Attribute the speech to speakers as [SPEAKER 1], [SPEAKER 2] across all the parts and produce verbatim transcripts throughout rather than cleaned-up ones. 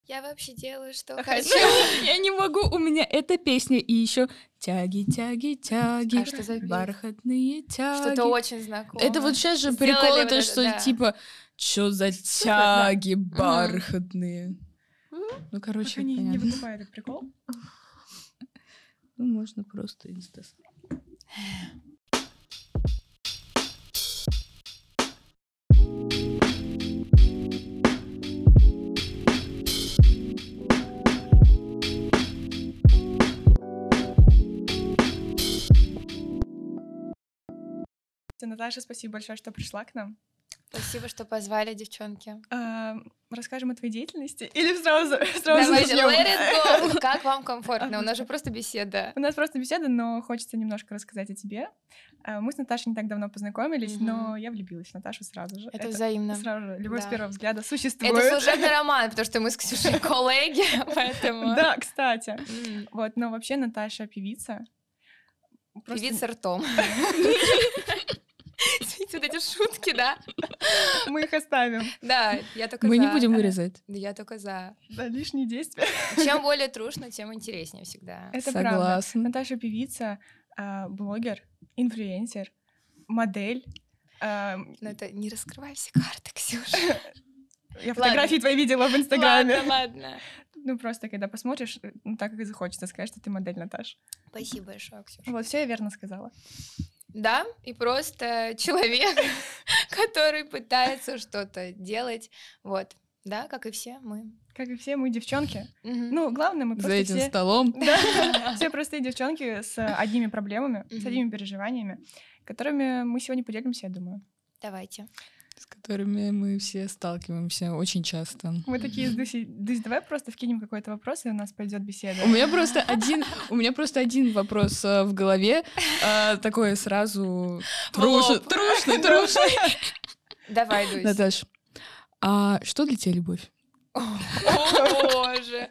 [SPEAKER 1] Я вообще делаю, что
[SPEAKER 2] А
[SPEAKER 1] хочу.
[SPEAKER 2] хочу. Я не могу, у меня эта песня. И еще тяги, тяги, тяги,
[SPEAKER 1] А что за песня?
[SPEAKER 2] бархатные тяги.
[SPEAKER 1] Что-то очень знакомое.
[SPEAKER 2] Это вот сейчас же
[SPEAKER 1] Сделали
[SPEAKER 2] прикол,
[SPEAKER 1] вот
[SPEAKER 2] это
[SPEAKER 1] это,
[SPEAKER 2] что
[SPEAKER 1] да.
[SPEAKER 2] типа, что за
[SPEAKER 3] Супер, да.
[SPEAKER 2] тяги бархатные. Ну, короче,
[SPEAKER 3] Пока не, не
[SPEAKER 2] понятно.
[SPEAKER 3] выкупаю этот прикол.
[SPEAKER 2] Ну, можно просто инстас.
[SPEAKER 3] Наташа, спасибо большое, что пришла к нам.
[SPEAKER 1] Спасибо, что позвали, девчонки.
[SPEAKER 3] А, расскажем о твоей деятельности? Или сразу, сразу
[SPEAKER 1] Давайте,
[SPEAKER 3] начнём?
[SPEAKER 1] let it go. Как вам комфортно? У нас же просто беседа.
[SPEAKER 3] У нас просто беседа, но хочется немножко рассказать о тебе. А, Мы с Наташей не так давно познакомились,
[SPEAKER 1] Мгм.
[SPEAKER 3] но я влюбилась в Наташу сразу же.
[SPEAKER 1] Это взаимно.
[SPEAKER 3] Сразу же. Любовь
[SPEAKER 1] Да.
[SPEAKER 3] с первого взгляда существует.
[SPEAKER 1] Это служебный роман, потому что мы с Ксюшей коллеги, поэтому...
[SPEAKER 3] Да, кстати.
[SPEAKER 1] М,
[SPEAKER 3] Вот, но вообще Наташа певица. Просто-
[SPEAKER 1] Певица ртом. Извините, вот эти шутки, да?
[SPEAKER 3] Мы их оставим.
[SPEAKER 1] Да, я только
[SPEAKER 2] Мы
[SPEAKER 1] за.
[SPEAKER 2] не будем вырезать.
[SPEAKER 1] Да, я только за.
[SPEAKER 3] Да, лишние действия.
[SPEAKER 1] Чем более трушно, тем интереснее всегда.
[SPEAKER 3] Это правда.
[SPEAKER 2] Согласна.
[SPEAKER 3] Наташа певица, а, блогер, инфлюенсер, модель. А,
[SPEAKER 1] Но это не раскрывай все карты, Ксюша.
[SPEAKER 3] Я фотографии твои видела в Инстаграме.
[SPEAKER 1] Ладно, ладно.
[SPEAKER 3] Ну, просто когда посмотришь, ну, так и захочется сказать, что ты модель, Наташа.
[SPEAKER 1] Спасибо большое, Ксюша.
[SPEAKER 3] Вот, все я верно сказала.
[SPEAKER 1] Да, и просто человек, который пытается что-то делать. Вот. Да, как и все мы.
[SPEAKER 3] Как и все мы девчонки.
[SPEAKER 1] Мгм.
[SPEAKER 3] Ну, главное, мы
[SPEAKER 2] За
[SPEAKER 3] просто
[SPEAKER 2] этим
[SPEAKER 3] все...
[SPEAKER 2] столом.
[SPEAKER 3] Да, все простые девчонки с одними проблемами, с
[SPEAKER 1] Мгм.
[SPEAKER 3] одними переживаниями, которыми мы сегодня поделимся, я думаю.
[SPEAKER 1] Давайте.
[SPEAKER 2] С которыми мы все сталкиваемся очень часто.
[SPEAKER 3] Мы такие с Дусей, Дусь, давай просто вкинем какой-то вопрос, и у нас пойдет беседа.
[SPEAKER 2] У меня просто один, у меня просто один вопрос э, в голове, э, такой сразу труш-
[SPEAKER 1] лоб.
[SPEAKER 2] трушный, трушный.
[SPEAKER 1] Давай, Дусь.
[SPEAKER 2] Наташ, а что для тебя любовь?
[SPEAKER 1] О, боже.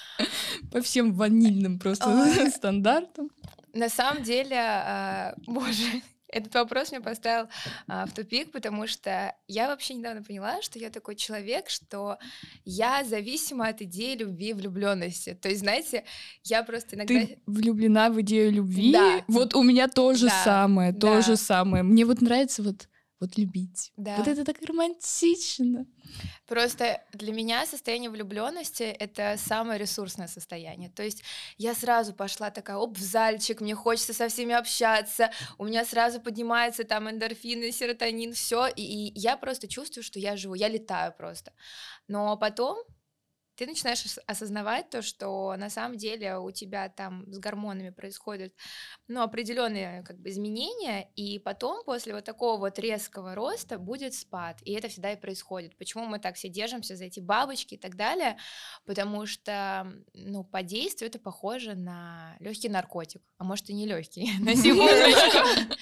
[SPEAKER 2] По всем ванильным просто
[SPEAKER 1] Ой.
[SPEAKER 2] стандартам.
[SPEAKER 1] На самом деле, а, боже, этот вопрос меня поставил а, в тупик, потому что я вообще недавно поняла, что я такой человек, что я зависима от идеи любви и влюбленности. То есть, знаете, я просто иногда...
[SPEAKER 2] Ты влюблена в идею любви?
[SPEAKER 1] Да.
[SPEAKER 2] Вот у меня то же
[SPEAKER 1] Да,
[SPEAKER 2] самое, то
[SPEAKER 1] да.
[SPEAKER 2] же самое. Мне вот нравится вот, вот любить.
[SPEAKER 1] Да.
[SPEAKER 2] Вот это так романтично.
[SPEAKER 1] Просто для меня состояние влюбленности это самое ресурсное состояние. То есть я сразу пошла такая, оп, в зальчик, мне хочется со всеми общаться, у меня сразу поднимается там эндорфины, серотонин, все, и, и я просто чувствую, что я живу, я летаю просто. Но потом ты начинаешь ос- осознавать то, что на самом деле у тебя там с гормонами происходят, ну, определенные как бы изменения, и потом после вот такого вот резкого роста будет спад, и это всегда и происходит. Почему мы так все держимся за эти бабочки и так далее? Потому что, ну, по действию это похоже на легкий наркотик, а может и не легкий, на секундочку.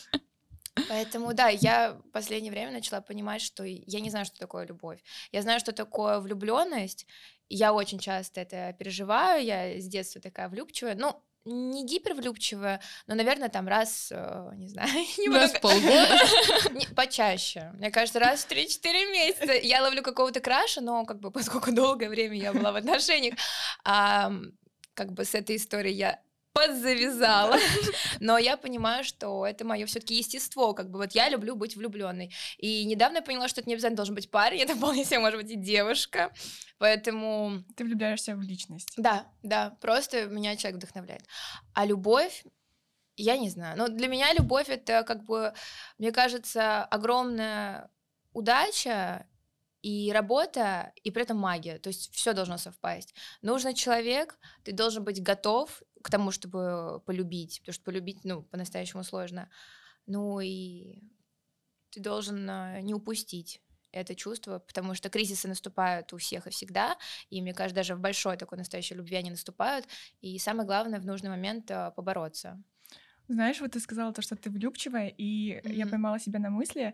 [SPEAKER 1] Поэтому, да, я в последнее время начала понимать, что я не знаю, что такое любовь. Я знаю, что такое влюбленность. Я очень часто это переживаю. Я с детства такая влюбчивая. Ну, не гипервлюбчивая, но, наверное, там раз, э, не знаю, не буду
[SPEAKER 2] Раз в
[SPEAKER 1] г-
[SPEAKER 2] полгода.
[SPEAKER 1] Не, почаще. Мне кажется, раз в три-четыре месяца я ловлю какого-то краша, но как бы поскольку долгое время я была в отношениях, а, как бы с этой историей я подзавязала, но я понимаю, что это мое все-таки естество, как бы вот я люблю быть влюбленной. И недавно я поняла, что это не обязательно должен быть парень, это вполне себе может быть и девушка, поэтому
[SPEAKER 3] Ты влюбляешься в личность.
[SPEAKER 1] да, да, просто меня человек вдохновляет. А любовь, я не знаю. Но для меня любовь это как бы, мне кажется, огромная удача и работа, и при этом магия. То есть все должно совпасть. Нужен человек, ты должен быть готов к тому, чтобы полюбить, потому что полюбить, ну, по-настоящему сложно. Ну и ты должен а, не упустить это чувство, потому что кризисы наступают у всех и всегда, и мне кажется, даже в большой такой настоящей любви они наступают, и самое главное в нужный момент а, побороться.
[SPEAKER 3] Знаешь, вот ты сказала то, что ты влюбчивая, и я
[SPEAKER 1] Мгм.
[SPEAKER 3] поймала себя на мысли.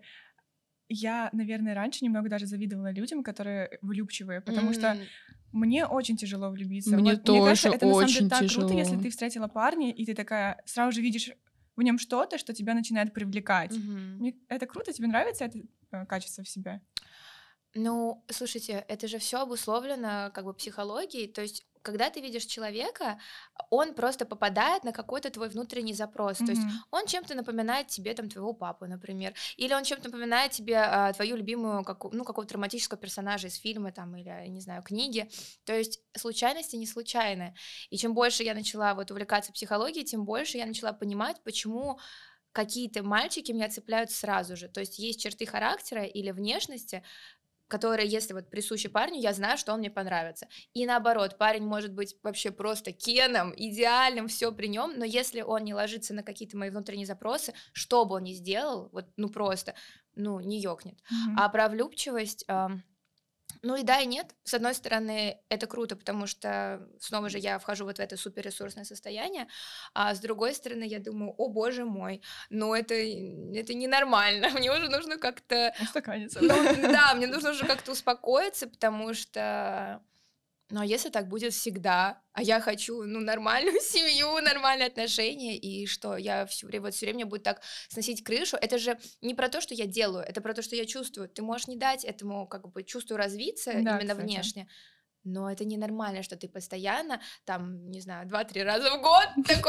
[SPEAKER 3] Я, наверное, раньше немного даже завидовала людям, которые влюбчивые, потому что
[SPEAKER 1] М,
[SPEAKER 3] мне очень тяжело влюбиться.
[SPEAKER 2] Мне
[SPEAKER 3] Вот, мне кажется,
[SPEAKER 2] тоже
[SPEAKER 3] это на самом деле
[SPEAKER 2] очень
[SPEAKER 3] так круто, если
[SPEAKER 2] тяжело.
[SPEAKER 3] ты встретила парня, и ты такая сразу же видишь в нем что-то, что тебя начинает привлекать.
[SPEAKER 1] мгм.
[SPEAKER 3] Мне- это круто, тебе нравится это э, качество в себе?
[SPEAKER 1] Ну, слушайте, это же все обусловлено как бы психологией. То есть, когда ты видишь человека, он просто попадает на какой-то твой внутренний запрос. То есть
[SPEAKER 3] Мгм.
[SPEAKER 1] он чем-то напоминает тебе там твоего папу, например, или он чем-то напоминает тебе а, твою любимую, каку- ну, какого-то драматического персонажа из фильма там или, я не знаю, книги. То есть случайности не случайны. И чем больше я начала вот увлекаться психологией, тем больше я начала понимать, почему какие-то мальчики меня цепляют сразу же. То есть есть черты характера или внешности, которые, если вот присущи парню, я знаю, что он мне понравится. И наоборот, парень может быть вообще просто Кеном, идеальным, все при нем, но если он не ложится на какие-то мои внутренние запросы, что бы он ни сделал, вот, ну просто, ну, не ёкнет.
[SPEAKER 3] Мгм.
[SPEAKER 1] А про влюбчивость, ам, ну и да, и нет. С одной стороны, это круто, потому что снова же я вхожу вот в это суперресурсное состояние, а с другой стороны, я думаю, о боже мой, ну это, это ненормально, мне уже нужно как-то,
[SPEAKER 3] Устаканиться.
[SPEAKER 1] ну да, мне нужно уже как-то успокоиться, потому что, ну а если так будет всегда, а я хочу, ну, нормальную семью, нормальные отношения, и что, я все время, вот все время мне будет так сносить крышу, это же не про то, что я делаю, это про то, что я чувствую. Ты можешь не дать этому, как бы, чувству развиться
[SPEAKER 3] Да,
[SPEAKER 1] именно
[SPEAKER 3] кстати.
[SPEAKER 1] внешне, но это ненормально, что ты постоянно, там, не знаю, два-три раза в год такой,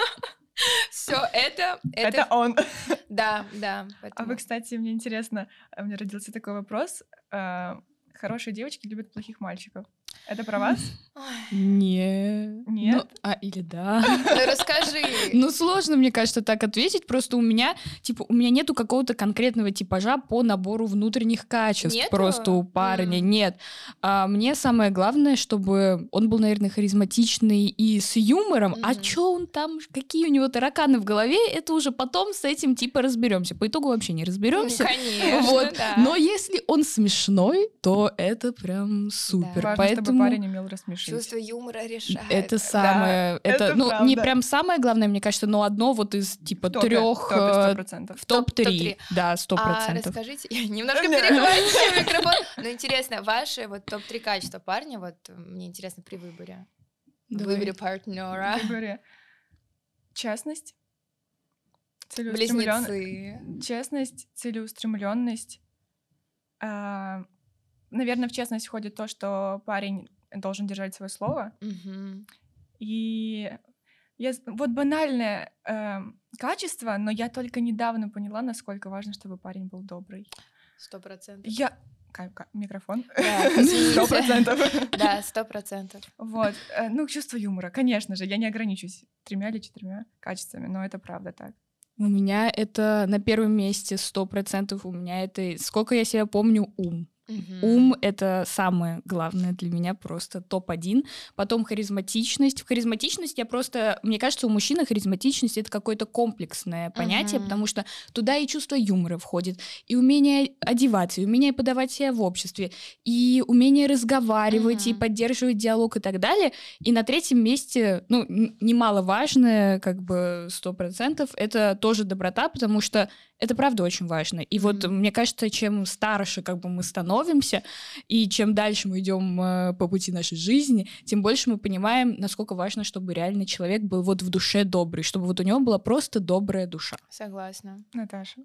[SPEAKER 1] все это,
[SPEAKER 3] Это
[SPEAKER 1] это,
[SPEAKER 3] он.
[SPEAKER 1] да, да,
[SPEAKER 3] А вы,
[SPEAKER 1] поэтому...
[SPEAKER 3] кстати, мне интересно, а, у меня родился такой вопрос. а, Хорошие девочки любят плохих мальчиков. Это про вас?
[SPEAKER 1] Ой,
[SPEAKER 2] Не. Ну,
[SPEAKER 3] Нет?
[SPEAKER 2] а или да.
[SPEAKER 1] ну расскажи.
[SPEAKER 2] Ну, сложно, мне кажется, так ответить. Просто у меня, типа, у меня нету какого-то конкретного типажа по набору внутренних качеств.
[SPEAKER 1] Нету?
[SPEAKER 2] Просто у парня
[SPEAKER 1] М.
[SPEAKER 2] нет. А мне самое главное, чтобы он был, наверное, харизматичный и с юмором. А
[SPEAKER 1] Мгм.
[SPEAKER 2] чё он там, какие у него тараканы в голове, это уже потом с этим, типа, разберемся. По итогу вообще не разберемся.
[SPEAKER 1] Конечно,
[SPEAKER 2] Вот.
[SPEAKER 1] да.
[SPEAKER 2] Но если он смешной, то это прям супер.
[SPEAKER 1] Да.
[SPEAKER 3] Важно, чтобы
[SPEAKER 2] Поэтому
[SPEAKER 3] парень умел рассмешить.
[SPEAKER 1] Чувство юмора решает.
[SPEAKER 2] это самое, это,
[SPEAKER 3] это
[SPEAKER 2] ну, не
[SPEAKER 3] правда.
[SPEAKER 2] прям самое главное, мне кажется, но одно вот из типа
[SPEAKER 3] В топе, в
[SPEAKER 2] трех
[SPEAKER 3] топе, сто процентов.
[SPEAKER 2] в топ
[SPEAKER 1] Топ- топ-три.
[SPEAKER 2] три, да, сто
[SPEAKER 1] А
[SPEAKER 2] процентов.
[SPEAKER 1] расскажите, я немножко
[SPEAKER 3] Не.
[SPEAKER 1] перехватила микрофон. Но интересно, ваши вот топ-три качества парня, вот э, мне интересно при выборе. В
[SPEAKER 2] Давай.
[SPEAKER 1] выборе партнера.
[SPEAKER 3] В выборе честность, целеустремлен-
[SPEAKER 1] Близнецы.
[SPEAKER 3] честность, целеустремленность. А, Наверное, в честность входит то, что парень должен держать свое слово.
[SPEAKER 1] Мгм.
[SPEAKER 3] И я, з- вот банальное эм, качество, но я только недавно поняла, насколько важно, чтобы парень был добрый.
[SPEAKER 1] Сто процентов.
[SPEAKER 3] Я... Ка- ка- Микрофон.
[SPEAKER 1] Да, извините.
[SPEAKER 3] Сто процентов.
[SPEAKER 1] Да, сто процентов.
[SPEAKER 3] Вот. э, Ну, чувство юмора, конечно же. Я не ограничусь тремя или четырьмя качествами, но это правда так.
[SPEAKER 2] У меня это на первом месте сто процентов. У меня это, сколько я себя помню, ум.
[SPEAKER 1] Мгм.
[SPEAKER 2] Ум — это самое главное для меня, просто топ один. Потом харизматичность. В харизматичность я просто... Мне кажется, у мужчины харизматичность — это какое-то комплексное понятие,
[SPEAKER 1] Мгм.
[SPEAKER 2] потому что туда и чувство юмора входит, и умение одеваться, и умение подавать себя в обществе, и умение разговаривать, и
[SPEAKER 1] Мгм.
[SPEAKER 2] поддерживать диалог и так далее. И на третьем месте, ну, н- немаловажное, как бы сто процентов, это тоже доброта, потому что это правда очень важно. И вот
[SPEAKER 1] Мгм.
[SPEAKER 2] мне кажется, чем старше как бы мы становимся, и чем дальше мы идем э, по пути нашей жизни, тем больше мы понимаем, насколько важно, чтобы реально человек был вот в душе добрый, чтобы вот у него была просто добрая душа.
[SPEAKER 1] Согласна.
[SPEAKER 3] Наташа.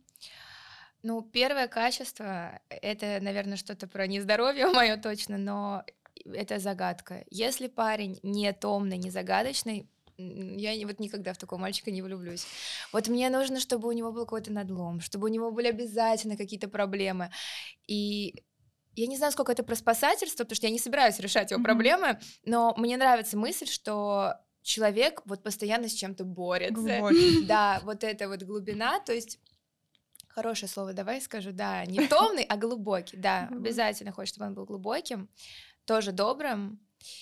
[SPEAKER 1] Ну, первое качество, это, наверное, что-то про нездоровье мое точно, но это загадка. Если парень не томный, не загадочный, м, я не- вот никогда в такого мальчика не влюблюсь. Вот мне нужно, чтобы у него был какой-то надлом, чтобы у него были обязательно какие-то проблемы. И я не знаю, сколько это про спасательство, потому что я не собираюсь решать его
[SPEAKER 3] Мгм.
[SPEAKER 1] проблемы, но мне нравится мысль, что человек вот постоянно с чем-то борется.
[SPEAKER 3] Глубокий.
[SPEAKER 1] Да, вот эта вот глубина, то есть хорошее слово, давай скажу, да, не томный, а глубокий, да,
[SPEAKER 3] Глубокий.
[SPEAKER 1] обязательно хочешь, чтобы он был глубоким, тоже добрым.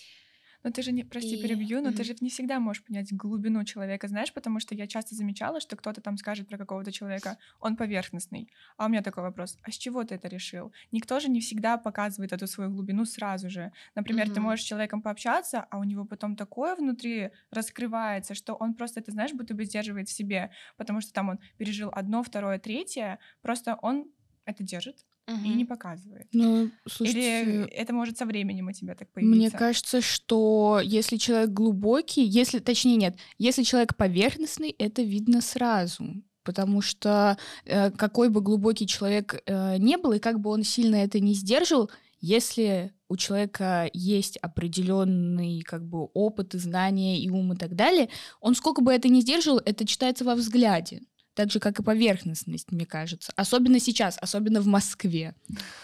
[SPEAKER 3] Но ты же не, прости,
[SPEAKER 1] И-
[SPEAKER 3] перебью, но ты
[SPEAKER 1] мгм.
[SPEAKER 3] же не всегда можешь понять глубину человека, знаешь, потому что я часто замечала, что кто-то там скажет про какого-то человека, он поверхностный. А у меня такой вопрос, а с чего ты это решил? Никто же не всегда показывает эту свою глубину сразу же. Например, ты
[SPEAKER 1] Мгм.
[SPEAKER 3] можешь с человеком пообщаться, а у него потом такое внутри раскрывается, что он просто, ты знаешь, будто бы сдерживает в себе, потому что там он пережил одно, второе, третье, просто он это держит и не
[SPEAKER 1] Мгм.
[SPEAKER 3] показывает.
[SPEAKER 2] Ну,
[SPEAKER 3] Или
[SPEAKER 2] слушайте,
[SPEAKER 3] это может со временем у тебя так
[SPEAKER 2] мне
[SPEAKER 3] появиться.
[SPEAKER 2] кажется, что если человек глубокий, если, точнее, нет, если человек поверхностный, это видно сразу. потому что э, какой бы глубокий человек э, не был, и как бы он сильно это не сдерживал, если у человека есть определенный как бы опыт и знания, и ум и так далее, он сколько бы это ни сдерживал, это читается во взгляде. Так же, как и поверхностность, мне кажется. Особенно сейчас, особенно в Москве.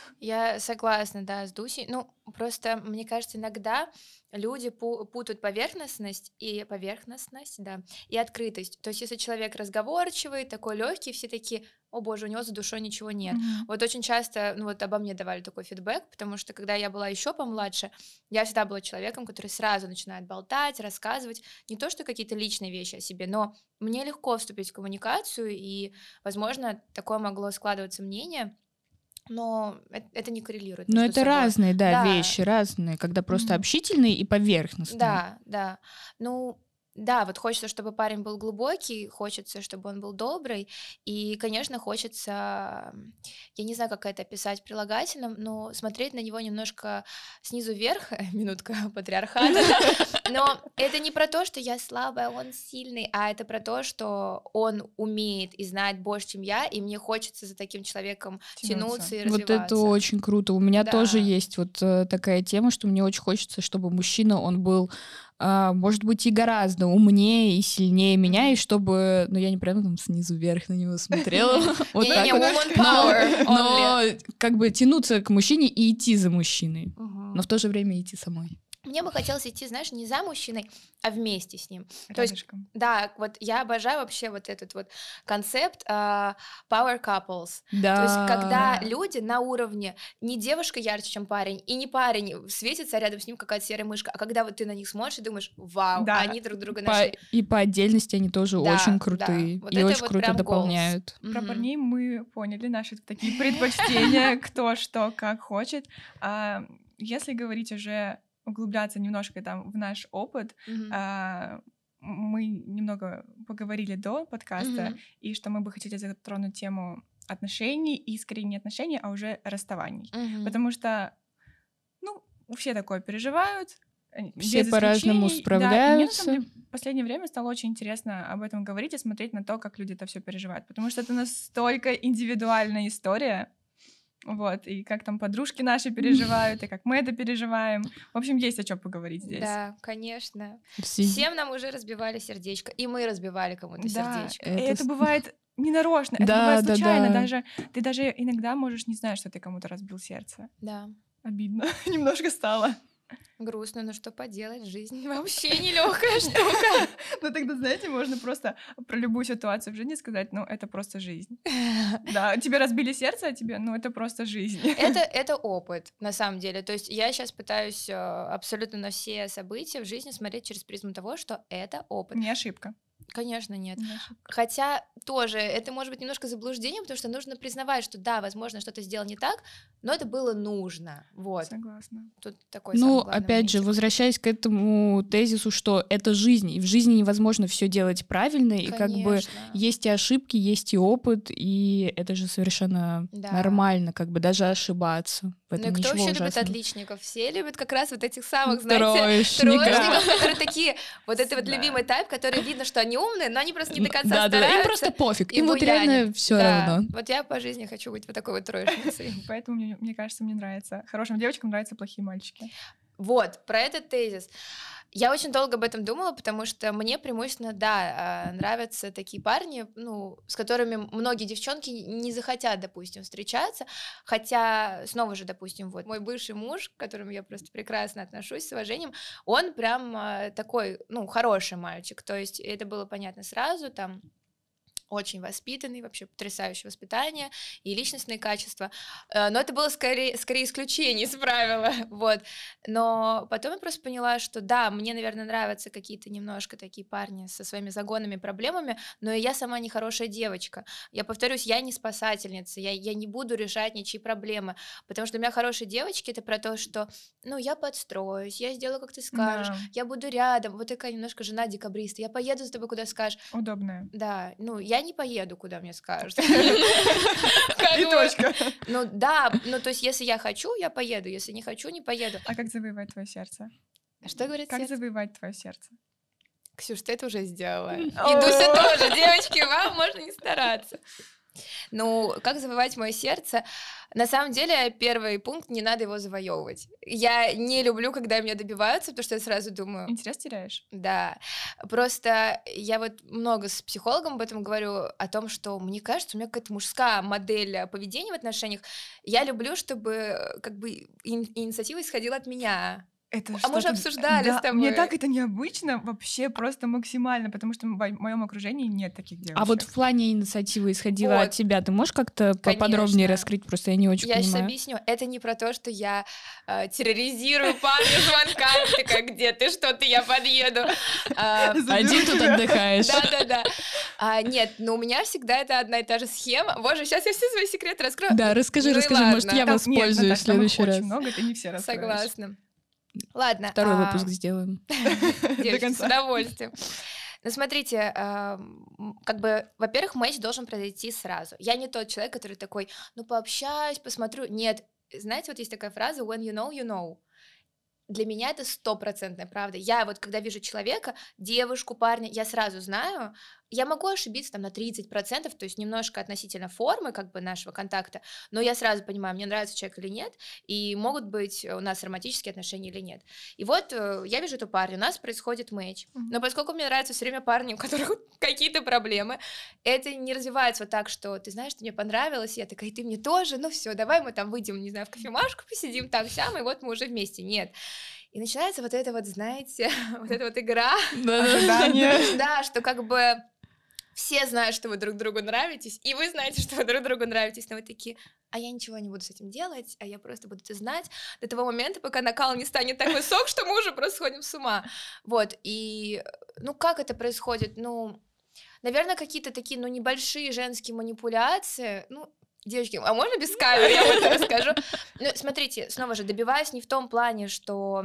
[SPEAKER 1] Я согласна, да, с Дусей. Ну, просто, мне кажется, иногда люди пу- путают поверхностность и поверхностность, да, и открытость. То есть, если человек разговорчивый, такой легкий, все такие: о боже, у него за душой ничего нет.
[SPEAKER 3] Мгм.
[SPEAKER 1] Вот очень часто, ну вот обо мне давали такой фидбэк, потому что когда я была еще помладше, я всегда была человеком, который сразу начинает болтать, рассказывать не то, что какие-то личные вещи о себе, но мне легко вступить в коммуникацию, и, возможно, такое могло складываться мнение, но э- это не коррелирует
[SPEAKER 2] Но
[SPEAKER 1] между
[SPEAKER 2] это
[SPEAKER 1] собой.
[SPEAKER 2] разные, да,
[SPEAKER 1] Да,
[SPEAKER 2] вещи, разные, когда просто
[SPEAKER 3] Мгм.
[SPEAKER 2] общительные и поверхностные.
[SPEAKER 1] да, да. Ну, да, вот хочется, чтобы парень был глубокий, хочется, чтобы он был добрый, и, конечно, хочется, м, я не знаю, как это описать прилагательным, но смотреть на него немножко снизу вверх, минутка патриархата, но это не про то, что я слабая, он сильный, а это про то, что он умеет и знает больше, чем я, и мне хочется за таким человеком
[SPEAKER 3] Тянуться.
[SPEAKER 1] тянуться и
[SPEAKER 2] Вот это
[SPEAKER 1] развиваться.
[SPEAKER 2] очень круто. У меня тоже
[SPEAKER 1] Да.
[SPEAKER 2] есть вот э, такая тема, что мне очень хочется, чтобы мужчина, он был, а, может быть, и гораздо умнее и сильнее меня, и
[SPEAKER 1] Мгм.
[SPEAKER 2] чтобы, ну, я не прямо там снизу вверх на него смотрела, вот так
[SPEAKER 1] Не-не-не,
[SPEAKER 2] вот,
[SPEAKER 1] woman
[SPEAKER 2] но,
[SPEAKER 1] power
[SPEAKER 2] но
[SPEAKER 1] only.
[SPEAKER 2] как бы тянуться к мужчине и идти за мужчиной, но
[SPEAKER 1] Мгм.
[SPEAKER 2] в то же время идти самой.
[SPEAKER 1] Мне бы хотелось идти, знаешь, не за мужчиной, а вместе с ним. То есть,
[SPEAKER 3] Рядышком.
[SPEAKER 1] да, вот я обожаю вообще вот этот вот концепт а, power couples. То есть,
[SPEAKER 2] Да,
[SPEAKER 1] когда
[SPEAKER 3] Да.
[SPEAKER 1] люди на уровне не девушка ярче, чем парень, и не парень светится, а рядом с ним какая-то серая мышка, а когда вот ты на них смотришь и думаешь: вау,
[SPEAKER 3] Да.
[SPEAKER 1] они друг друга
[SPEAKER 2] по-
[SPEAKER 1] нашли.
[SPEAKER 2] и по отдельности они тоже очень
[SPEAKER 1] Да, да,
[SPEAKER 2] крутые
[SPEAKER 1] вот
[SPEAKER 2] и
[SPEAKER 1] это
[SPEAKER 2] очень
[SPEAKER 1] вот
[SPEAKER 2] круто
[SPEAKER 1] прям goals.
[SPEAKER 2] дополняют.
[SPEAKER 3] Про
[SPEAKER 1] Мгм.
[SPEAKER 3] парней мы поняли наши такие предпочтения, кто что как хочет. А если говорить уже, углубляться немножко там в наш опыт,
[SPEAKER 1] Мгм.
[SPEAKER 3] а, мы немного поговорили до подкаста,
[SPEAKER 1] Мгм.
[SPEAKER 3] и что мы бы хотели затронуть тему отношений, и скорее не отношений, а уже расставаний.
[SPEAKER 1] Мгм.
[SPEAKER 3] Потому что, ну, все такое переживают, э,
[SPEAKER 2] Все
[SPEAKER 3] без
[SPEAKER 2] по-разному
[SPEAKER 3] исключений. Да, и мне на самом
[SPEAKER 2] справляются.
[SPEAKER 3] деле в последнее время стало очень интересно об этом говорить и смотреть на то, как люди это все переживают, потому что это настолько индивидуальная история. Вот, и как там подружки наши переживают, и как мы это переживаем. В общем, есть о чем поговорить здесь.
[SPEAKER 1] Да, конечно.
[SPEAKER 2] В связи-
[SPEAKER 1] Всем нам уже разбивали сердечко, и мы разбивали кому-то
[SPEAKER 3] Да,
[SPEAKER 1] сердечко.
[SPEAKER 3] и
[SPEAKER 2] Это
[SPEAKER 3] это
[SPEAKER 2] с-
[SPEAKER 3] бывает ненарочно, это
[SPEAKER 2] Да,
[SPEAKER 3] бывает
[SPEAKER 2] да,
[SPEAKER 3] случайно,
[SPEAKER 2] да.
[SPEAKER 3] даже ты даже иногда можешь не знать, что ты кому-то разбил сердце.
[SPEAKER 1] Да.
[SPEAKER 3] Обидно немножко стало.
[SPEAKER 1] Грустно, но что поделать, жизнь вообще нелегкая штука.
[SPEAKER 3] Ну тогда, знаете, можно просто про любую ситуацию в жизни сказать: ну, это просто жизнь. Да, тебе разбили сердце, а тебе, ну, это просто жизнь.
[SPEAKER 1] Это, это опыт, на самом деле. То есть я сейчас пытаюсь э, абсолютно на все события в жизни смотреть через призму того, что это опыт.
[SPEAKER 3] Не ошибка.
[SPEAKER 1] Конечно, нет.
[SPEAKER 3] Не ошибка.
[SPEAKER 1] Хотя тоже это может быть немножко заблуждением, потому что нужно признавать, что да, возможно, что-то сделал не так, но это было нужно. Вот.
[SPEAKER 3] Согласна.
[SPEAKER 1] Тут такой
[SPEAKER 2] Ну,
[SPEAKER 1] самый главный
[SPEAKER 2] опять же,
[SPEAKER 1] моментик.
[SPEAKER 2] возвращаясь к этому тезису, что это жизнь, и в жизни невозможно все делать правильно, и как бы
[SPEAKER 1] Конечно.
[SPEAKER 2] есть и ошибки, есть и опыт, и это же совершенно
[SPEAKER 1] Да.
[SPEAKER 2] нормально, как бы даже ошибаться. В
[SPEAKER 1] Ну
[SPEAKER 2] этом
[SPEAKER 1] и кто
[SPEAKER 2] ничего
[SPEAKER 1] вообще любит
[SPEAKER 2] ужасного.
[SPEAKER 1] отличников? Все любят как раз вот этих самых, знаете,
[SPEAKER 2] Троечников.
[SPEAKER 1] троечников, которые такие, вот это вот
[SPEAKER 3] Да.
[SPEAKER 1] любимый тайп, которые видно, что они умные, но они просто не до конца
[SPEAKER 2] Да, да, да, им
[SPEAKER 1] стараются.
[SPEAKER 2] просто пофиг,
[SPEAKER 1] и
[SPEAKER 2] им вот
[SPEAKER 1] буянят.
[SPEAKER 2] реально все
[SPEAKER 1] Да,
[SPEAKER 2] равно.
[SPEAKER 1] вот я по жизни хочу быть вот такой вот троечницей.
[SPEAKER 3] Поэтому, мне, мне кажется, мне нравится. Хорошим девочкам нравятся плохие мальчики.
[SPEAKER 1] Вот, про этот тезис. Я очень долго об этом думала, потому что мне преимущественно, да, а, нравятся такие парни, ну, с которыми многие девчонки не захотят, допустим, встречаться, хотя, снова же, допустим, вот мой бывший муж, к которому я просто прекрасно отношусь, с уважением, он прям а, такой, ну, хороший мальчик, то есть это было понятно сразу, там, очень воспитанный, вообще потрясающее воспитание и личностные качества, Э, но это было скорее, скорее исключение из правила, вот, но потом я просто поняла, что да, мне, наверное, нравятся какие-то немножко такие парни со своими загонами, проблемами, но и я сама не хорошая девочка, я повторюсь, я не спасательница, я, я не буду решать ничьи проблемы, потому что для меня хорошие девочки — это про то, что, ну, я подстроюсь, я сделаю, как ты скажешь,
[SPEAKER 3] Да,
[SPEAKER 1] я буду рядом, вот такая немножко жена декабриста, я поеду за тобой, куда скажешь.
[SPEAKER 3] удобная.
[SPEAKER 1] Да, ну, я не поеду, куда мне скажут.
[SPEAKER 3] И точка.
[SPEAKER 1] Ну да, ну то есть если я хочу, я поеду, если не хочу, не поеду.
[SPEAKER 3] А как завоевать твое сердце?
[SPEAKER 1] Что говорит
[SPEAKER 3] Как
[SPEAKER 1] сердце?
[SPEAKER 3] завоевать твое сердце?
[SPEAKER 1] Ксюш, ты это уже сделала. И Дуся тоже. Девочки, вам можно не стараться. Ну, как завоевать мое сердце? На самом деле, первый пункт, не надо его завоевывать. Я не люблю, когда меня добиваются, потому что я сразу думаю...
[SPEAKER 3] Интерес теряешь?
[SPEAKER 1] Да. Просто я вот много с психологом об этом говорю, о том, что мне кажется, у меня какая-то мужская модель поведения в отношениях. Я люблю, чтобы как бы ин- инициатива исходила от меня.
[SPEAKER 3] Это
[SPEAKER 1] А мы же
[SPEAKER 3] что-то-
[SPEAKER 1] обсуждали
[SPEAKER 3] да,
[SPEAKER 1] с тобой.
[SPEAKER 3] Мне так это необычно, вообще просто максимально, потому что в моем окружении нет таких девушек.
[SPEAKER 2] А вот в плане инициативы исходила
[SPEAKER 1] Вот.
[SPEAKER 2] от тебя, ты можешь как-то поподробнее
[SPEAKER 1] Конечно.
[SPEAKER 2] раскрыть? Просто я не очень
[SPEAKER 1] Я сейчас
[SPEAKER 2] понимаю.
[SPEAKER 1] объясню. Это не про то, что я э, терроризирую парня звонками, такая, где ты, что ты, я подъеду. А,
[SPEAKER 2] Один тут отдыхаешь.
[SPEAKER 1] Да-да-да. А, Нет, но у меня всегда это одна и та же схема. Боже, сейчас я все свои секреты раскрою.
[SPEAKER 2] Да, расскажи,
[SPEAKER 1] Ну и
[SPEAKER 2] расскажи, может,
[SPEAKER 1] ладно.
[SPEAKER 2] я
[SPEAKER 3] Там-
[SPEAKER 2] воспользуюсь
[SPEAKER 3] нет,
[SPEAKER 2] в
[SPEAKER 3] Наташ, там их
[SPEAKER 2] следующий
[SPEAKER 3] очень
[SPEAKER 2] раз.
[SPEAKER 3] много, ты не все раскроешь.
[SPEAKER 1] Согласна. Ладно.
[SPEAKER 2] Второй
[SPEAKER 1] а,
[SPEAKER 2] выпуск сделаем.
[SPEAKER 1] Девочки, с
[SPEAKER 3] конца.
[SPEAKER 1] удовольствием. Ну, смотрите, ам, как бы, во-первых, матч должен произойти сразу. Я не тот человек, который такой, ну, пообщаюсь, посмотрю. Нет, знаете, вот есть такая фраза when you know, you know. Для меня это стопроцентная правда. Я вот, когда вижу человека, девушку, парня, я сразу знаю, я могу ошибиться там на тридцать процентов, то есть немножко относительно формы как бы нашего контакта, но я сразу понимаю, мне нравится человек или нет, и могут быть у нас романтические отношения или нет. И вот э, я вижу эту парня, у нас происходит матч,
[SPEAKER 3] Мгм.
[SPEAKER 1] но поскольку мне нравятся все время парни, у которых какие-то проблемы, это не развивается вот так, что ты знаешь, ты мне понравилась, я такая, и ты мне тоже, ну все, давай мы там выйдем, не знаю, в кофемашку посидим там сям, и вот мы уже вместе. Нет. И начинается вот это вот, знаете, вот эта вот игра,
[SPEAKER 3] Ожидание.
[SPEAKER 1] да, что как бы все знают, что вы друг другу нравитесь, и вы знаете, что вы друг другу нравитесь, но вы такие, а я ничего не буду с этим делать, а я просто буду это знать до того момента, пока накал не станет так высок, что мы уже просто сходим с ума. Вот, и, ну, как это происходит? Ну, наверное, какие-то такие, ну, небольшие женские манипуляции, ну, девочки, а можно без камеры, я вот это расскажу? Ну, смотрите, снова же, добиваюсь не в том плане, что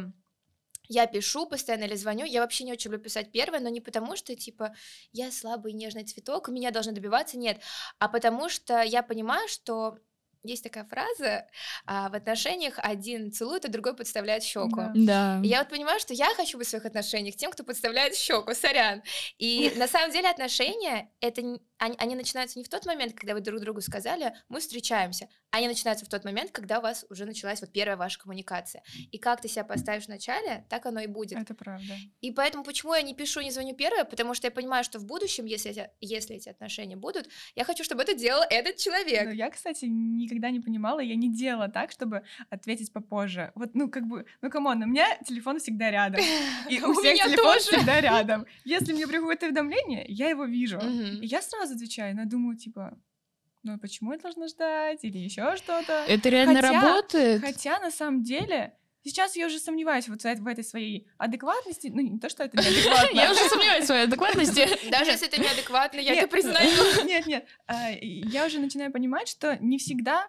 [SPEAKER 1] я пишу постоянно или звоню, я вообще не очень люблю писать первое, но не потому, что, типа, я слабый нежный цветок, меня должны добиваться, нет, а потому что я понимаю, что есть такая фраза а, в отношениях: один целует, а другой подставляет щеку.
[SPEAKER 3] Да.
[SPEAKER 2] Да.
[SPEAKER 1] И я вот понимаю, что я хочу быть в своих отношениях тем, кто подставляет щеку, сорян. И на самом деле отношения, это не- они, они начинаются не в тот момент, когда вы друг другу сказали, мы встречаемся, они начинаются в тот момент, когда у вас уже началась вот первая ваша коммуникация. И как ты себя поставишь в начале, так оно и будет.
[SPEAKER 3] Это правда.
[SPEAKER 1] И поэтому почему я не пишу, не звоню первое, потому что я понимаю, что в будущем, если эти, если эти отношения будут, я хочу, чтобы это делал этот человек.
[SPEAKER 3] Но я, кстати, никогда не понимала, я не делала так, чтобы ответить попозже. Вот, ну, как бы, ну, камон, у меня телефон всегда рядом. И у
[SPEAKER 1] У
[SPEAKER 3] всех
[SPEAKER 1] меня
[SPEAKER 3] телефон
[SPEAKER 1] тоже.
[SPEAKER 3] всегда рядом. Если мне приходит уведомление, я его вижу.
[SPEAKER 1] Мгм.
[SPEAKER 3] И я сразу отвечаю, но я думаю, типа, ну, почему я должна ждать? Или еще что-то.
[SPEAKER 2] Это реально
[SPEAKER 3] Хотя-
[SPEAKER 2] работает?
[SPEAKER 3] Хотя, на самом деле, сейчас я уже сомневаюсь вот в этой своей адекватности. Ну, не то, что это неадекватно.
[SPEAKER 2] Я уже сомневаюсь в своей адекватности.
[SPEAKER 1] Даже если это неадекватно, я это
[SPEAKER 3] Нет,
[SPEAKER 1] признаю.
[SPEAKER 3] Нет, нет. а, Я уже начинаю понимать, что не всегда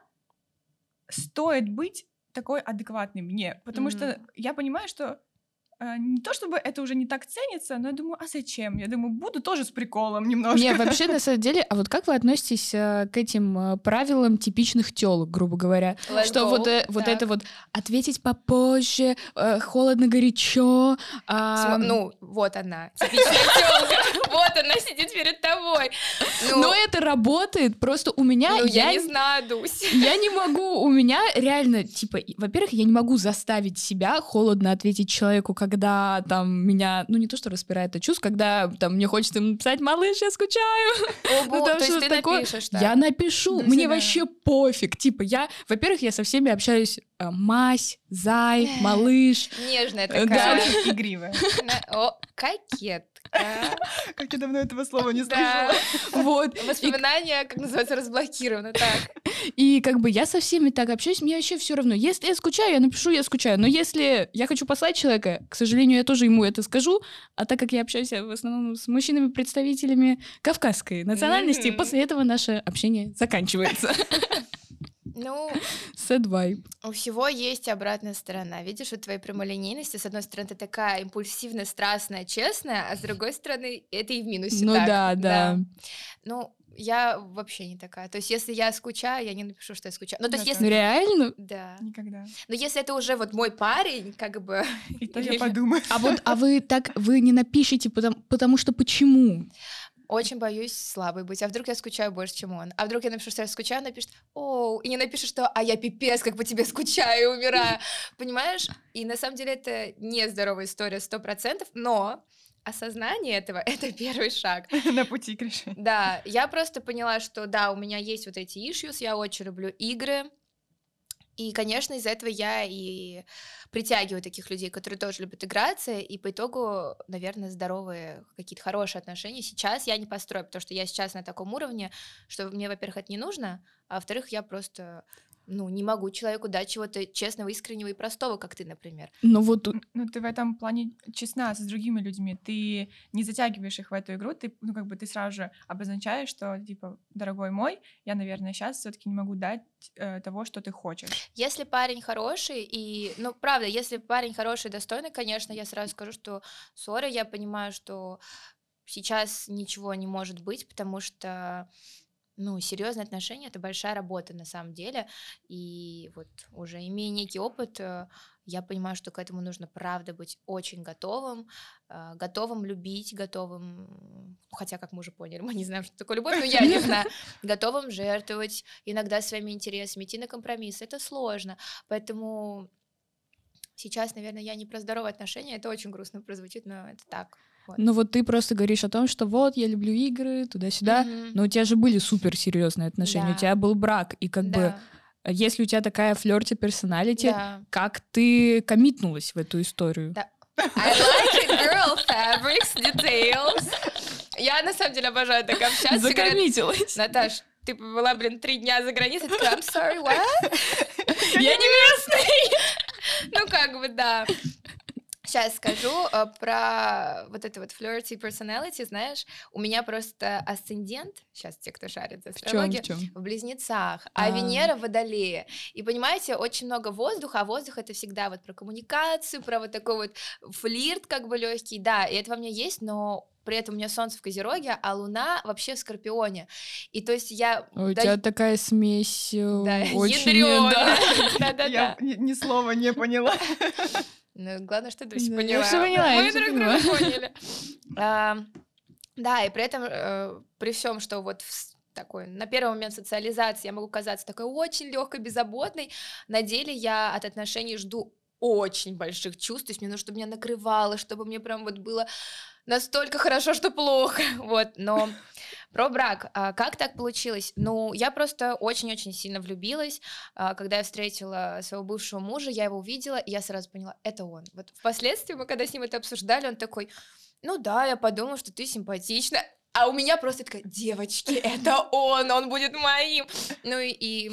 [SPEAKER 3] стоит быть такой адекватной мне. Потому что
[SPEAKER 1] Мгм.
[SPEAKER 3] я понимаю, что а, не то чтобы это уже не так ценится, но я думаю, а зачем? Я думаю, буду тоже с приколом немножко.
[SPEAKER 2] Не, вообще, на самом деле, а вот как вы относитесь э, к этим э, правилам типичных тёлок, грубо говоря?
[SPEAKER 1] Let's
[SPEAKER 2] Что
[SPEAKER 1] go.
[SPEAKER 2] вот, э, вот
[SPEAKER 1] Так.
[SPEAKER 2] это вот ответить попозже, э, холодно-горячо. а,
[SPEAKER 1] См- Ну, вот она, типичная тёлка. Вот она сидит перед тобой. Ну,
[SPEAKER 2] Но это работает, просто у меня...
[SPEAKER 1] ну, я
[SPEAKER 2] я
[SPEAKER 1] не знаю, Дусь.
[SPEAKER 2] Я не могу, у меня реально, типа, и- во-первых, я не могу заставить себя холодно ответить человеку, когда там меня, ну не то, что распирает это чувство, когда там мне хочется ему написать: малыш, я скучаю.
[SPEAKER 1] О,
[SPEAKER 2] Ну,
[SPEAKER 1] бо-
[SPEAKER 2] там
[SPEAKER 1] то есть
[SPEAKER 2] что-то
[SPEAKER 1] ты
[SPEAKER 2] такое.
[SPEAKER 1] напишешь так.
[SPEAKER 2] Я напишу,
[SPEAKER 3] Да,
[SPEAKER 2] мне
[SPEAKER 3] да.
[SPEAKER 2] вообще пофиг. Типа, я, во-первых, я со всеми общаюсь э, мась, зай, малыш.
[SPEAKER 1] Нежная
[SPEAKER 2] Э,
[SPEAKER 1] такая.
[SPEAKER 2] да.
[SPEAKER 3] Очень игривая.
[SPEAKER 1] На- О, кокетка.
[SPEAKER 3] Как я давно этого слова не
[SPEAKER 1] Да.
[SPEAKER 3] слышала.
[SPEAKER 2] Вот.
[SPEAKER 1] Воспоминания, как называется, разблокированы. Так.
[SPEAKER 2] И как бы я со всеми так общаюсь, мне вообще все равно. Если я скучаю, я напишу, я скучаю. Но если я хочу послать человека, к сожалению, я тоже ему это скажу. А так как я общаюсь в основном с мужчинами-представителями кавказской национальности,
[SPEAKER 1] Мгм.
[SPEAKER 2] после этого наше общение заканчивается.
[SPEAKER 1] Ну,
[SPEAKER 2] Sad vibe.
[SPEAKER 1] у всего есть обратная сторона. Видишь, у твоей прямолинейности, с одной стороны, ты такая импульсивная, страстная, честная, а с другой стороны, это и в минусе
[SPEAKER 2] Ну
[SPEAKER 1] так.
[SPEAKER 2] да, да.
[SPEAKER 1] Ну, я вообще не такая. То есть, если я скучаю, я не напишу, что я скучаю. Ну, то есть,
[SPEAKER 3] Я
[SPEAKER 1] если...
[SPEAKER 2] Ну, реально?
[SPEAKER 1] Да.
[SPEAKER 3] Никогда.
[SPEAKER 1] Но если это уже вот мой парень, как бы...
[SPEAKER 3] И то я
[SPEAKER 1] или-
[SPEAKER 3] подумаю.
[SPEAKER 2] А вот, а вы так, вы не напишите, потому, потому что почему?
[SPEAKER 1] Очень боюсь слабой быть. А вдруг я скучаю больше, чем он? А вдруг я напишу, что я скучаю, он напишет, о, и не напишет, что а я пипец, как по тебе скучаю и умираю. Понимаешь? И на самом деле это не здоровая история сто процентов, но осознание этого — это первый шаг.
[SPEAKER 3] На пути к решению.
[SPEAKER 1] Да, я просто поняла, что да, у меня есть вот эти issues, я очень люблю игры, и, конечно, из-за этого я и притягиваю таких людей, которые тоже любят играться, и по итогу, наверное, здоровые какие-то хорошие отношения сейчас я не построю, потому что я сейчас на таком уровне, что мне, во-первых, это не нужно, а во-вторых, я просто, ну, не могу человеку дать чего-то честного, искреннего и простого, как ты, например.
[SPEAKER 2] Ну вот тут-
[SPEAKER 3] Н- Ну, ты в этом плане честна с другими людьми. Ты не затягиваешь их в эту игру, ты, ну, как бы ты сразу же обозначаешь, что, типа, дорогой мой, я, наверное, сейчас все-таки не могу дать э, того, что ты хочешь.
[SPEAKER 1] Если парень хороший, и, ну, правда, если парень хороший и достойный, конечно, я сразу скажу, что, сори, я понимаю, что сейчас ничего не может быть, потому что, ну, серьезные отношения — это большая работа на самом деле, и вот уже имея некий опыт, э, я понимаю, что к этому нужно, правда, быть очень готовым, э, готовым любить, готовым, м, хотя, как мы уже поняли, мы не знаем, что такое любовь, но я не знаю, готовым жертвовать иногда своими интересами, идти на компромисс, это сложно, поэтому сейчас, наверное, я не про здоровые отношения, это очень грустно прозвучит, но это так. Вот.
[SPEAKER 2] ну вот ты просто говоришь о том, что вот, я люблю игры, туда-сюда,
[SPEAKER 1] Мгм.
[SPEAKER 2] но у тебя же были суперсерьезные отношения, у
[SPEAKER 1] Да.
[SPEAKER 2] тебя был брак, и как бы,
[SPEAKER 1] Да,
[SPEAKER 2] если у тебя такая флирти персоналити,
[SPEAKER 1] да.
[SPEAKER 2] как ты коммитнулась в эту историю?
[SPEAKER 1] Да. I like it, girl, fabrics, details. Я на самом деле обожаю так общаться. Все говорят,
[SPEAKER 2] Закоммитилась.
[SPEAKER 1] Наташ, ты была, блин, три дня за границей. Я такая, I'm sorry, what?
[SPEAKER 2] Я не местная.
[SPEAKER 1] Ну, как бы, да. Сейчас скажу э, про вот это вот flirty personality, знаешь, у меня просто асцендент, сейчас те, кто шарит за
[SPEAKER 2] В чем,
[SPEAKER 1] астрологию,
[SPEAKER 2] в чем?
[SPEAKER 1] в Близнецах, а
[SPEAKER 2] А.
[SPEAKER 1] Венера в Водолее. И понимаете, очень много воздуха, а воздух — это всегда вот про коммуникацию, про вот такой вот флирт как бы легкий, да, и это во мне есть, но при этом у меня Солнце в Козероге, а Луна вообще в Скорпионе. И то есть я...
[SPEAKER 2] У
[SPEAKER 1] да-
[SPEAKER 2] тебя такая смесь э,
[SPEAKER 1] да,
[SPEAKER 2] очень...
[SPEAKER 1] ядрёная.
[SPEAKER 2] да.
[SPEAKER 1] Да-да-да.
[SPEAKER 3] Я ни, ни слова не поняла.
[SPEAKER 1] Ну, главное, что Дуся
[SPEAKER 2] Да, я
[SPEAKER 1] поняла.
[SPEAKER 2] всё поняла, я
[SPEAKER 1] Мы
[SPEAKER 2] всё
[SPEAKER 1] друг
[SPEAKER 2] поняла.
[SPEAKER 1] друга поняли. А, Да, и при этом, э, при всем, что вот в с- такой, на первый момент социализации я могу казаться такой очень легкой, беззаботной, на деле я от отношений жду очень больших чувств, то есть мне нужно, чтобы меня накрывало, чтобы мне прям вот было настолько хорошо, что плохо, вот, но про брак, а, как так получилось? Ну, я просто очень-очень сильно влюбилась, а, когда я встретила своего бывшего мужа, я его увидела, и я сразу поняла, это он. Вот впоследствии мы, когда с ним это обсуждали, он такой, ну да, я подумала, что ты симпатична, а у меня просто такая, девочки, это он, он будет моим. Ну и, и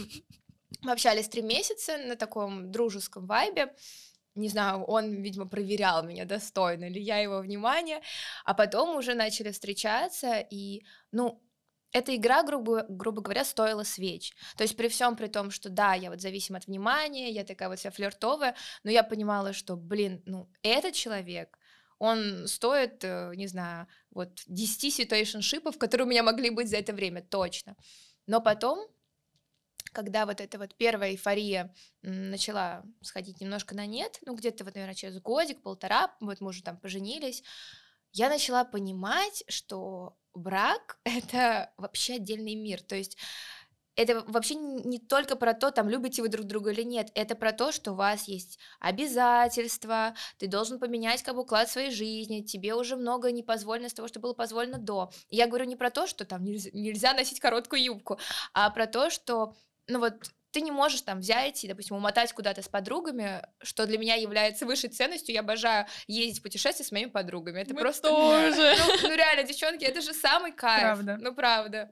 [SPEAKER 1] мы общались три месяца на таком дружеском вайбе, не знаю, он, видимо, проверял меня, достойна ли я его внимания, а потом уже начали встречаться, и, ну, эта игра, грубо, грубо говоря, стоила свеч. То есть при всем при том, что да, я вот зависима от внимания, я такая вот вся флиртовая, но я понимала, что, блин, ну, этот человек, он стоит, э, не знаю, вот десять ситуэйшншипов, которые у меня могли быть за это время, точно. Но потом, когда вот эта вот первая эйфория м, начала сходить немножко на нет, ну где-то вот, наверное, через годик, полтора, вот мы уже там поженились, я начала понимать, что брак — это вообще отдельный мир, то есть это вообще н- не только про то, там, любите вы друг друга или нет, это про то, что у вас есть обязательства, ты должен поменять как бы уклад своей жизни, тебе уже много не позволено из того, что было позволено до. И я говорю не про то, что там нельзя, нельзя носить короткую юбку, а про то, что, ну вот, ты не можешь там взять и, допустим, умотать куда-то с подругами, что для меня является высшей ценностью. Я обожаю ездить в путешествия с моими подругами. Это
[SPEAKER 2] Мы
[SPEAKER 1] просто...
[SPEAKER 2] тоже.
[SPEAKER 1] Ну, ну реально, девчонки, это же самый кайф.
[SPEAKER 3] Правда.
[SPEAKER 1] Ну, правда.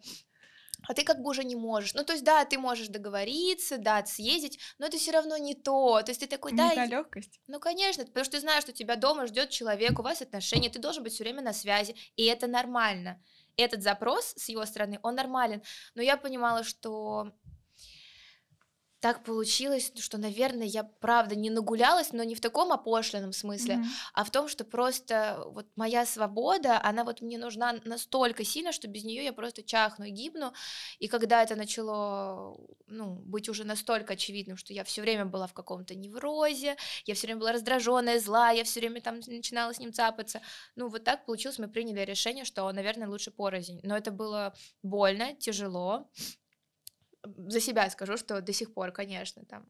[SPEAKER 1] А ты как бы уже не можешь. Ну, то есть, да, ты можешь договориться, да, съездить, но это все равно не то. То есть ты такой, да,
[SPEAKER 3] Не та
[SPEAKER 1] и-
[SPEAKER 3] легкость.
[SPEAKER 1] ну, конечно, потому что ты знаешь, что тебя дома ждет человек, у вас отношения, ты должен быть все время на связи, и это нормально. Этот запрос с его стороны, он нормален. Но я понимала, что так получилось, что, наверное, я правда не нагулялась, но не в таком опошленном смысле,
[SPEAKER 3] Мгм.
[SPEAKER 1] а в том, что просто вот моя свобода, она вот мне нужна настолько сильно, что без нее я просто чахну и гибну. И когда это начало, ну, быть уже настолько очевидным, что я все время была в каком-то неврозе, я все время была раздраженная, злая, я все время там начинала с ним цапаться. Ну, вот так получилось, мы приняли решение, что, наверное, лучше порознь. Но это было больно, тяжело. За себя скажу, что до сих пор, конечно, там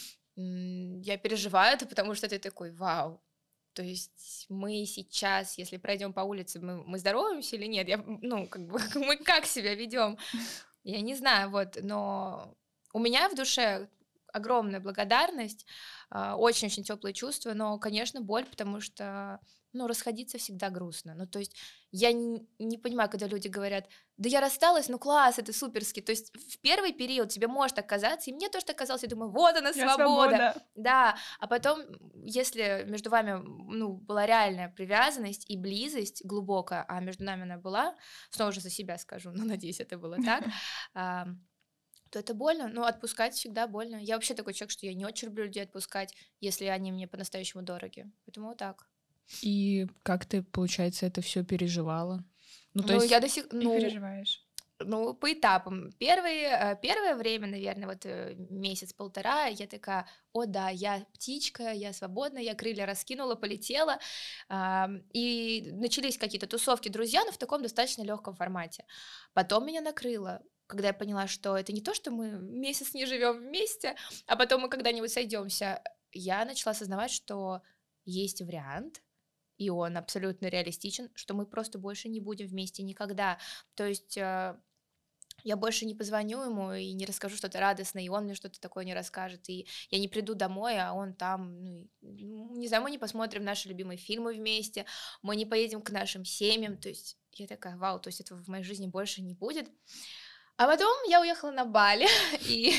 [SPEAKER 1] м, я переживаю это, потому что ты такой, вау. То есть мы сейчас, если пройдем по улице, мы, мы здороваемся или нет? Я, м, ну, как бы, мы как себя ведем? Я не знаю, вот, но у меня в душе огромная благодарность, а, очень-очень теплые чувства, но, конечно, боль, потому что, ну, расходиться всегда грустно. Ну, то есть я н- не понимаю, когда люди говорят, да я рассталась, ну класс, это суперски. То есть в первый период тебе может так казаться, и мне тоже так казалось, я думаю, вот она
[SPEAKER 3] Я
[SPEAKER 1] свобода,
[SPEAKER 3] свобода.
[SPEAKER 1] да. А потом, м, если между вами, м, ну, была реальная привязанность и близость глубокая, а между нами она была, снова же за себя скажу, но надеюсь, это было так, а, то это больно, но отпускать всегда больно. Я вообще такой человек, что я не очень люблю людей отпускать, если они мне по-настоящему дороги. Поэтому вот так.
[SPEAKER 2] И как ты, получается, это все переживала? Ну, то
[SPEAKER 1] Ну,
[SPEAKER 2] есть,
[SPEAKER 1] я до сих...
[SPEAKER 3] И
[SPEAKER 1] Ну,
[SPEAKER 3] переживаешь.
[SPEAKER 1] ну, по этапам. Первые, э, первое время, наверное, вот э, месяц-полтора, я такая, о да, я птичка, я свободна, я крылья раскинула, полетела. Ам, И начались какие-то тусовки, друзья, но в таком достаточно легком формате. Потом меня накрыло, когда я поняла, что это не то, что мы месяц не живем вместе, а потом мы когда-нибудь сойдемся. Я начала осознавать, что есть вариант, и он абсолютно реалистичен, что мы просто больше не будем вместе никогда. То есть э, я больше не позвоню ему и не расскажу что-то радостное, и он мне что-то такое не расскажет, и я не приду домой, а он там, ну, и, ну, не знаю, мы не посмотрим наши любимые фильмы вместе, мы не поедем к нашим семьям, то есть я такая, вау, то есть этого в моей жизни больше не будет. А потом я уехала на Бали, и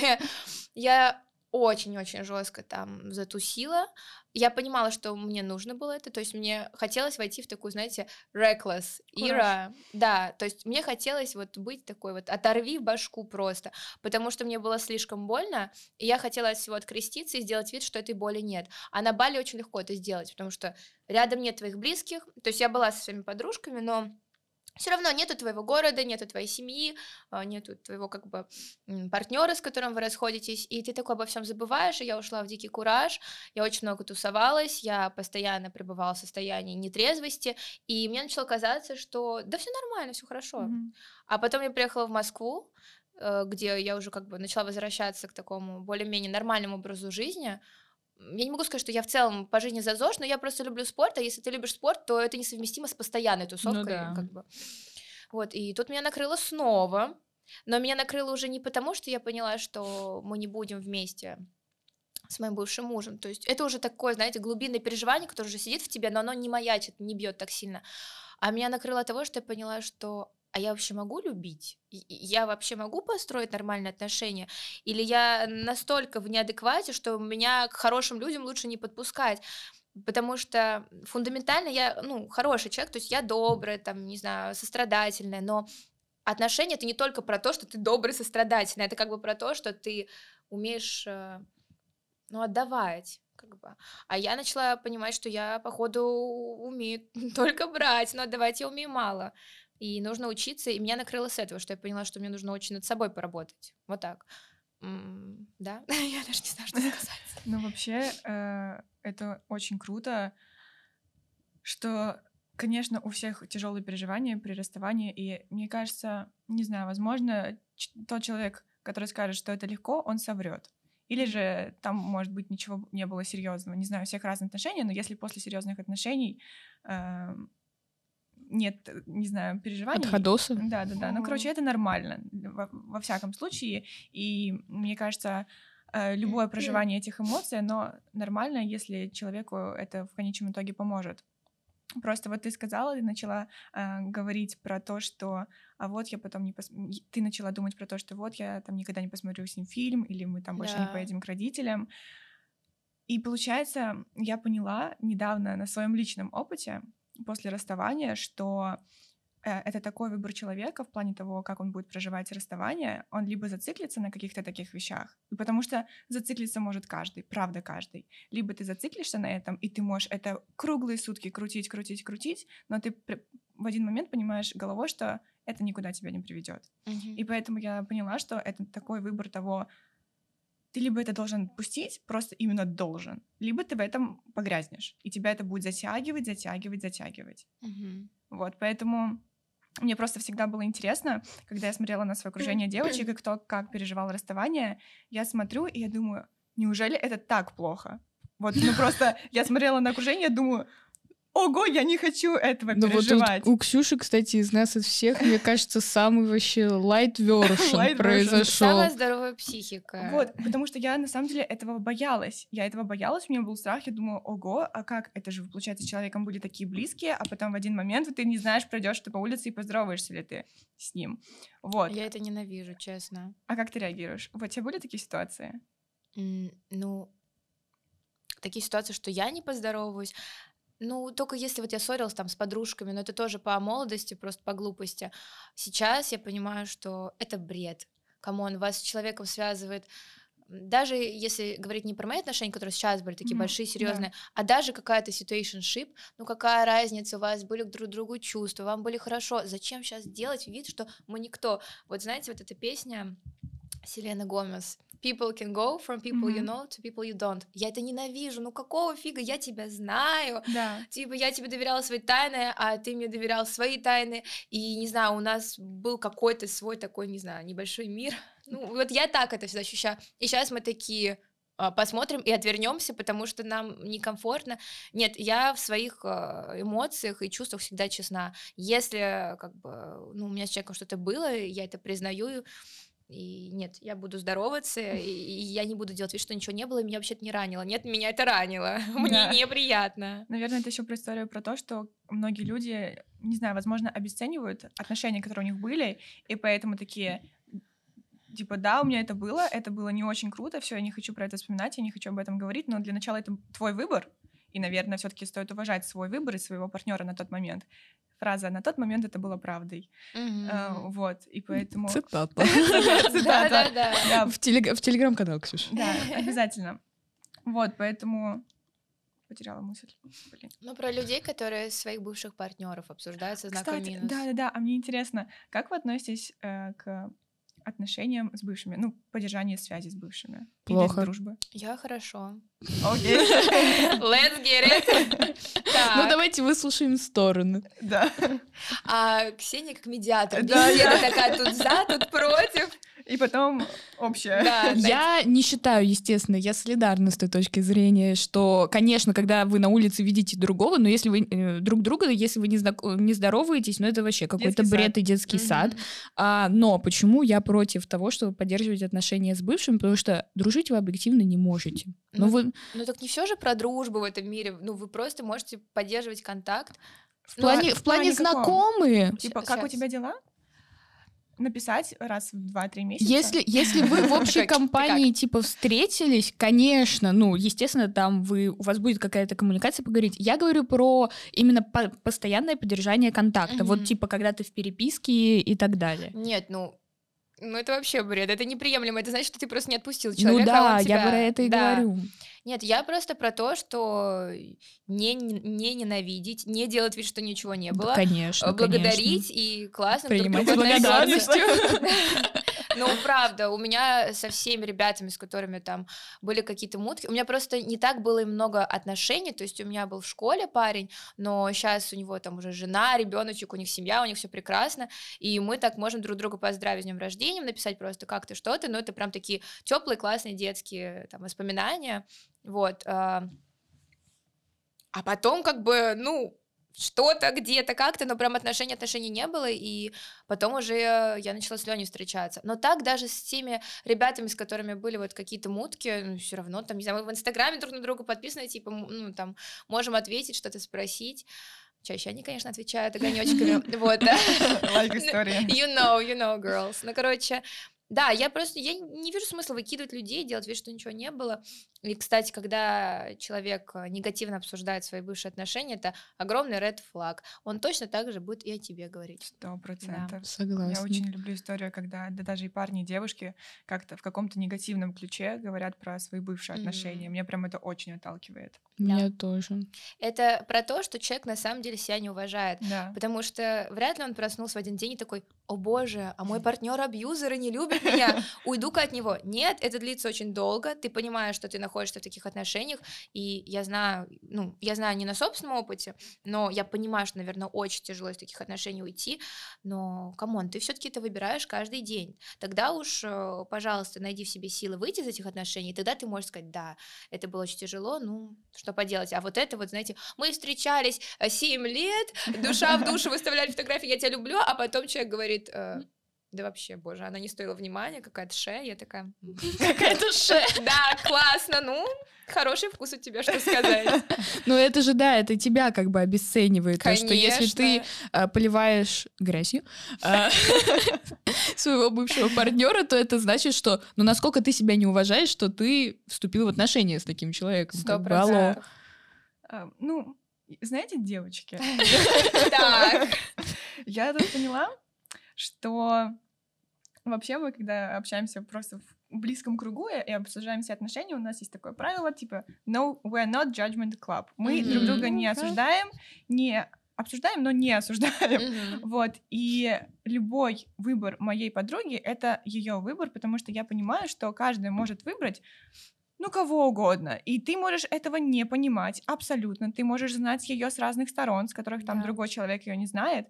[SPEAKER 1] я очень-очень жестко там затусила. Я понимала, что мне нужно было это, то есть мне хотелось войти в такую, знаете, reckless
[SPEAKER 3] Кураж.
[SPEAKER 1] era, да, то есть мне хотелось вот быть такой вот оторви башку просто, потому что мне было слишком больно, и я хотела от всего откреститься и сделать вид, что этой боли нет. А на Бали очень легко это сделать, потому что рядом нет твоих близких, то есть я была со своими подружками, но все равно нету твоего города, нету твоей семьи, а, нету твоего как бы партнера, с которым вы расходитесь, и ты такой обо всем забываешь. И я ушла в дикий кураж, я очень много тусовалась, я постоянно пребывала в состоянии нетрезвости, и мне начало казаться, что да все нормально, все хорошо.
[SPEAKER 3] Мгм.
[SPEAKER 1] А потом я приехала в Москву, э, где я уже как бы начала возвращаться к такому более-менее нормальному образу жизни. М, Я не могу сказать, что я в целом по жизни ЗОЖ, но я просто люблю спорт, а если ты любишь спорт, то это несовместимо с постоянной
[SPEAKER 2] ну
[SPEAKER 1] тусовкой,
[SPEAKER 2] да.
[SPEAKER 1] как бы. Вот, и тут меня накрыло снова, но меня накрыло уже не потому, что я поняла, что мы не будем вместе с моим бывшим мужем. То есть это уже такое, знаете, глубинное переживание, которое уже сидит в тебе, но оно не маячит, не бьет так сильно. А меня накрыло от того, что я поняла, что а я вообще могу любить? И- и Я вообще могу построить нормальные отношения? Или я настолько в неадеквате, что меня к хорошим людям лучше не подпускать? Потому что фундаментально я, ну, хороший человек, то есть я добрая, там, не знаю, сострадательная, но отношения это не только про то, что ты добрый, сострадательный, это как бы про то, что ты умеешь, э, ну, отдавать, как бы. А я начала понимать, что я, походу, умею только брать, но отдавать я умею мало. И нужно учиться, и меня накрыло с этого, что я поняла, что мне нужно очень над собой поработать. Вот так. М, Да, я даже не знаю, что сказать.
[SPEAKER 3] Ну, вообще, э, это очень круто, что, конечно, у всех тяжелые переживания при расставании, и мне кажется, не знаю, возможно, ч- тот человек, который скажет, что это легко, он соврет. Или же там, может быть, ничего не было серьезного. Не знаю, у всех разные отношения, но если после серьезных отношений эм, нет, э, не знаю, переживаний,
[SPEAKER 2] Отходосы?
[SPEAKER 3] да, да, да. Ну, короче,
[SPEAKER 1] Мгм.
[SPEAKER 3] это нормально во, во всяком случае. И мне кажется, э, любое проживание этих эмоций, оно нормально, если человеку это в конечном итоге поможет. Просто вот ты сказала, ты начала а, говорить про то, что а вот я потом не пос... м, и ты начала думать про то, что вот я там никогда не посмотрю с ним фильм, или мы там больше не
[SPEAKER 1] Да.
[SPEAKER 3] поедем к родителям. И получается, я поняла недавно на своем личном опыте после расставания, что э, это такой выбор человека в плане того, как он будет проживать расставание. Он либо зациклится на каких-то таких вещах, потому что зациклиться может каждый, правда каждый. Либо ты зациклишься на этом, и ты можешь это круглые сутки крутить, крутить, крутить, но ты при- в один момент понимаешь головой, что это никуда тебя не приведет.
[SPEAKER 1] Мгм.
[SPEAKER 3] И поэтому я поняла, что это такой выбор того, ты либо это должен пустить, просто именно должен, либо ты в этом погрязнешь, и тебя это будет затягивать, затягивать, затягивать.
[SPEAKER 1] Мгм.
[SPEAKER 3] Вот, поэтому мне просто всегда было интересно, когда я смотрела на свое окружение девочек, и кто как переживал расставание, я смотрю, и я думаю, неужели это так плохо? Вот, ну просто я смотрела на окружение, думаю, ого, я не хочу этого
[SPEAKER 2] Ну вот
[SPEAKER 3] переживать.
[SPEAKER 2] тут у Ксюши, кстати, из нас из всех, мне кажется, самый вообще light version
[SPEAKER 3] Light version.
[SPEAKER 2] произошел.
[SPEAKER 1] Самая здоровая психика.
[SPEAKER 3] Вот, потому что я на самом деле этого боялась. Я этого боялась, у меня был страх, я думаю, ого, а как это же, получается, с человеком были такие близкие, а потом в один момент ты не знаешь, пройдешь ты по улице и поздороваешься ли ты с ним. Вот.
[SPEAKER 1] Я это ненавижу, честно.
[SPEAKER 3] А как ты реагируешь? Вот у тебя были такие ситуации?
[SPEAKER 1] М, Ну, такие ситуации, что я не поздороваюсь. Ну, только если вот я ссорилась там с подружками, но это тоже по молодости, просто по глупости. Сейчас я понимаю, что это бред. Камон, вас с человеком связывает, м, даже если говорить не про мои отношения, которые сейчас были такие
[SPEAKER 3] Мгм,
[SPEAKER 1] большие,
[SPEAKER 3] да.
[SPEAKER 1] серьезные, а даже какая-то situationship, ну какая разница, у вас были друг к другу чувства, вам были хорошо, зачем сейчас делать вид, что мы никто? Вот знаете, вот эта песня Селены Гомес People can go from people you
[SPEAKER 3] Мгм.
[SPEAKER 1] know to people you don't. Я это ненавижу. Ну какого фига? Я тебя знаю.
[SPEAKER 3] Да.
[SPEAKER 1] Типа, я тебе доверяла свои тайны, а ты мне доверял свои тайны. И, не знаю, у нас был какой-то свой такой, не знаю, небольшой мир. Ну, вот я так это всегда ощущаю. И сейчас мы такие а, посмотрим и отвернемся, потому что нам некомфортно. Нет, я в своих а, эмоциях и чувствах всегда честна. Если, как бы, ну, у меня с человеком что-то было, я это признаю, и нет, я буду здороваться, и, и я не буду делать вид, что ничего не было, и меня вообще-то не ранило. Нет, меня это ранило. Мне
[SPEAKER 3] Да.
[SPEAKER 1] неприятно.
[SPEAKER 3] Наверное, это еще про историю про то, что многие люди, не знаю, возможно, обесценивают отношения, которые у них были, и поэтому такие, типа, да, у меня это было, это было не очень круто, все, я не хочу про это вспоминать, я не хочу об этом говорить, но для начала это твой выбор, и, наверное, все-таки стоит уважать свой выбор и своего партнера на тот момент. Фраза «на тот момент это было правдой».
[SPEAKER 1] Мгм.
[SPEAKER 3] А, вот, и поэтому...
[SPEAKER 2] Цитата.
[SPEAKER 3] Цитата.
[SPEAKER 1] Да-да-да.
[SPEAKER 3] Да,
[SPEAKER 2] В телег- в телеграм-канал, Ксюша.
[SPEAKER 3] да, обязательно. Вот, поэтому... Потеряла мысль. Блин.
[SPEAKER 1] Ну, про людей, которые своих бывших партнеров обсуждают со знаком
[SPEAKER 3] Кстати,
[SPEAKER 1] минус.
[SPEAKER 3] да-да-да, а мне интересно, как вы относитесь э, к отношениям с бывшими, ну, поддержанию связи с бывшими? Или
[SPEAKER 2] Плохо.
[SPEAKER 3] с дружбы?
[SPEAKER 1] Я хорошо.
[SPEAKER 3] Окей.
[SPEAKER 1] Let's get it.
[SPEAKER 2] Ну,
[SPEAKER 1] Так,
[SPEAKER 2] давайте выслушаем стороны.
[SPEAKER 3] Да.
[SPEAKER 1] а Ксения как медиатор.
[SPEAKER 3] Да,
[SPEAKER 1] Беседа
[SPEAKER 3] да.
[SPEAKER 1] такая тут за, тут против.
[SPEAKER 3] И потом общее.
[SPEAKER 1] Да,
[SPEAKER 2] Я не считаю, естественно, я солидарна с той точки зрения, что, конечно, когда вы на улице видите другого, но если вы э, друг друга, если вы не, знак- не здороваетесь, ну это вообще какой-то
[SPEAKER 3] Детский
[SPEAKER 2] бред
[SPEAKER 3] сад.
[SPEAKER 2] и детский
[SPEAKER 1] Мгм.
[SPEAKER 2] сад. А, но почему я против того, чтобы поддерживать отношения с бывшим? Потому что дружить вы объективно не можете. Ну,
[SPEAKER 1] Ну,
[SPEAKER 2] вы
[SPEAKER 1] Ну так не все же про дружбу в этом мире. Ну, вы просто можете поддерживать контакт.
[SPEAKER 2] в
[SPEAKER 1] Ну,
[SPEAKER 2] плане,
[SPEAKER 3] а
[SPEAKER 2] в
[SPEAKER 3] в
[SPEAKER 2] плане
[SPEAKER 3] плане каком?
[SPEAKER 2] знакомые.
[SPEAKER 3] Типа,
[SPEAKER 1] Ща-
[SPEAKER 3] как у
[SPEAKER 1] щас.
[SPEAKER 3] тебя дела? Написать раз в два-три месяца?
[SPEAKER 2] Если, если вы в общей
[SPEAKER 1] Как- ты
[SPEAKER 2] компании типа встретились, конечно, ну, естественно, там вы, у вас будет какая-то коммуникация поговорить. Я говорю про именно по- постоянное поддержание контакта. Вот
[SPEAKER 1] Мгм.
[SPEAKER 2] типа когда ты в переписке и так далее.
[SPEAKER 1] Нет, ну, ну это вообще бред, это неприемлемо. Это значит, что ты просто не отпустил
[SPEAKER 2] Ну
[SPEAKER 1] человека, а
[SPEAKER 2] да,
[SPEAKER 1] он
[SPEAKER 2] я
[SPEAKER 1] тебя...
[SPEAKER 2] про это и
[SPEAKER 1] Да.
[SPEAKER 2] говорю.
[SPEAKER 1] Нет, я просто про то, что не, не ненавидеть, не делать вид, что ничего не
[SPEAKER 2] Да,
[SPEAKER 1] было,
[SPEAKER 2] конечно,
[SPEAKER 1] э, благодарить и классно друг к
[SPEAKER 2] Принимать
[SPEAKER 1] другу
[SPEAKER 2] с
[SPEAKER 1] относиться.
[SPEAKER 2] благодарностью.
[SPEAKER 1] Ну, правда, у меня со всеми ребятами, с которыми там были какие-то мутки, у меня просто не так было и много отношений, то есть у меня был в школе парень, но сейчас у него там уже жена, ребеночек, у них семья, у них все прекрасно, и мы так можем друг друга поздравить с днем рождения, написать просто как ты, что ты, но это прям такие теплые, классные детские там воспоминания, вот. А а потом как бы, ну, что-то где-то как-то, но прям отношений отношений не было, и потом уже я начала с Леней встречаться. Но так даже с теми ребятами, с которыми были вот какие-то мутки, ну, все равно, там, не знаю, мы в Инстаграме друг на друга подписаны, типа, м, ну, там, можем ответить, что-то спросить. Чаще они, конечно, отвечают огонечками, вот, да.
[SPEAKER 3] Лайк история.
[SPEAKER 1] You know, you know, girls. Ну, короче, да, я просто, я не вижу смысла выкидывать людей, делать вид, что ничего не было. И, кстати, когда человек э, негативно обсуждает свои бывшие отношения, это огромный ред флаг. Он точно так же будет и о тебе говорить.
[SPEAKER 3] Сто
[SPEAKER 1] Да.
[SPEAKER 3] процентов. Я
[SPEAKER 2] Согласна.
[SPEAKER 3] очень люблю историю, когда да, даже и парни, и девушки как-то в каком-то негативном ключе говорят про свои бывшие отношения.
[SPEAKER 1] Мгм.
[SPEAKER 3] Меня прям это очень отталкивает.
[SPEAKER 1] Да.
[SPEAKER 2] Меня тоже.
[SPEAKER 1] Это про то, что человек на самом деле себя не уважает.
[SPEAKER 3] Да.
[SPEAKER 1] Потому что вряд ли он проснулся в один день и такой: о боже, а мой партнер абьюзер и не любит меня, уйду-ка от него. Нет, это длится очень долго, ты понимаешь, что ты находишься в таких отношениях, и я знаю, ну, я знаю не на собственном опыте, но я понимаю, что, наверное, очень тяжело из таких отношений уйти, но, камон, ты все-таки это выбираешь каждый день. Тогда уж, э, пожалуйста, найди в себе силы выйти из этих отношений, и тогда ты можешь сказать: да, это было очень тяжело, ну, что поделать. А вот это вот, знаете, мы встречались э, семь лет, душа в душу выставляли фотографии, я тебя люблю, а потом человек говорит: э, да вообще, боже, она не стоила внимания, какая-то шея. Я такая: «М,
[SPEAKER 2] Какая-то шея.
[SPEAKER 1] да, классно, ну, хороший вкус у тебя, что сказать.
[SPEAKER 2] Ну это же, да, это тебя как бы обесценивает. То, что если ты
[SPEAKER 1] Конечно.
[SPEAKER 2] а, поливаешь грязью а, своего бывшего партнера, то это значит, что, ну, насколько ты себя не уважаешь, что ты вступил в отношения с таким человеком.
[SPEAKER 1] Сто
[SPEAKER 2] Как бы, алло.
[SPEAKER 1] процентов.
[SPEAKER 3] А, Ну, знаете, девочки,
[SPEAKER 1] Так.
[SPEAKER 3] я тут поняла, что вообще мы, когда общаемся просто в близком кругу и и обсуждаем все отношения, у нас есть такое правило, типа no, we're not judgment club. Мы друг друга
[SPEAKER 1] Мгм.
[SPEAKER 3] не осуждаем, не обсуждаем, но не осуждаем.
[SPEAKER 1] Мгм.
[SPEAKER 3] Вот, и любой выбор моей подруги — это ее выбор, потому что я понимаю, что каждый может выбрать, ну, кого угодно, и ты можешь этого не понимать абсолютно, ты можешь знать ее с разных сторон, с которых там
[SPEAKER 1] Да.
[SPEAKER 3] другой человек ее не знает,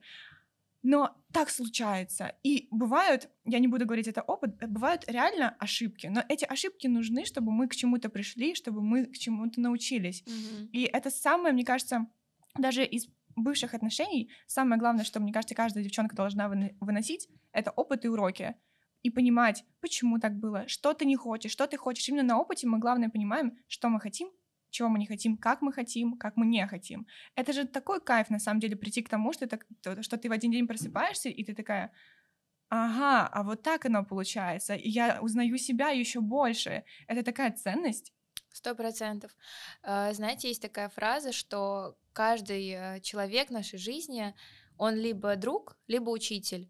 [SPEAKER 3] но так случается. И бывают, я не буду говорить это опыт, э, бывают реально ошибки, но эти ошибки нужны, чтобы мы к чему-то пришли, чтобы мы к чему-то научились.
[SPEAKER 1] Мгм.
[SPEAKER 3] И это самое, мне кажется, даже из бывших отношений, самое главное, что, мне кажется, каждая девчонка должна выно- выносить, это опыт и уроки. И понимать, почему так было, что ты не хочешь, что ты хочешь. Именно на опыте мы, главное, понимаем, что мы хотим, чего мы не хотим, как мы хотим, как мы не хотим. Это же такой кайф, на самом деле, прийти к тому, что, так, то- что ты в один день просыпаешься, и ты такая: ага, а вот так оно получается. И я узнаю себя еще больше. Это такая ценность.
[SPEAKER 1] Сто процентов. Э, Знаете, есть такая фраза, что каждый э, человек в нашей жизни, он либо друг, либо учитель.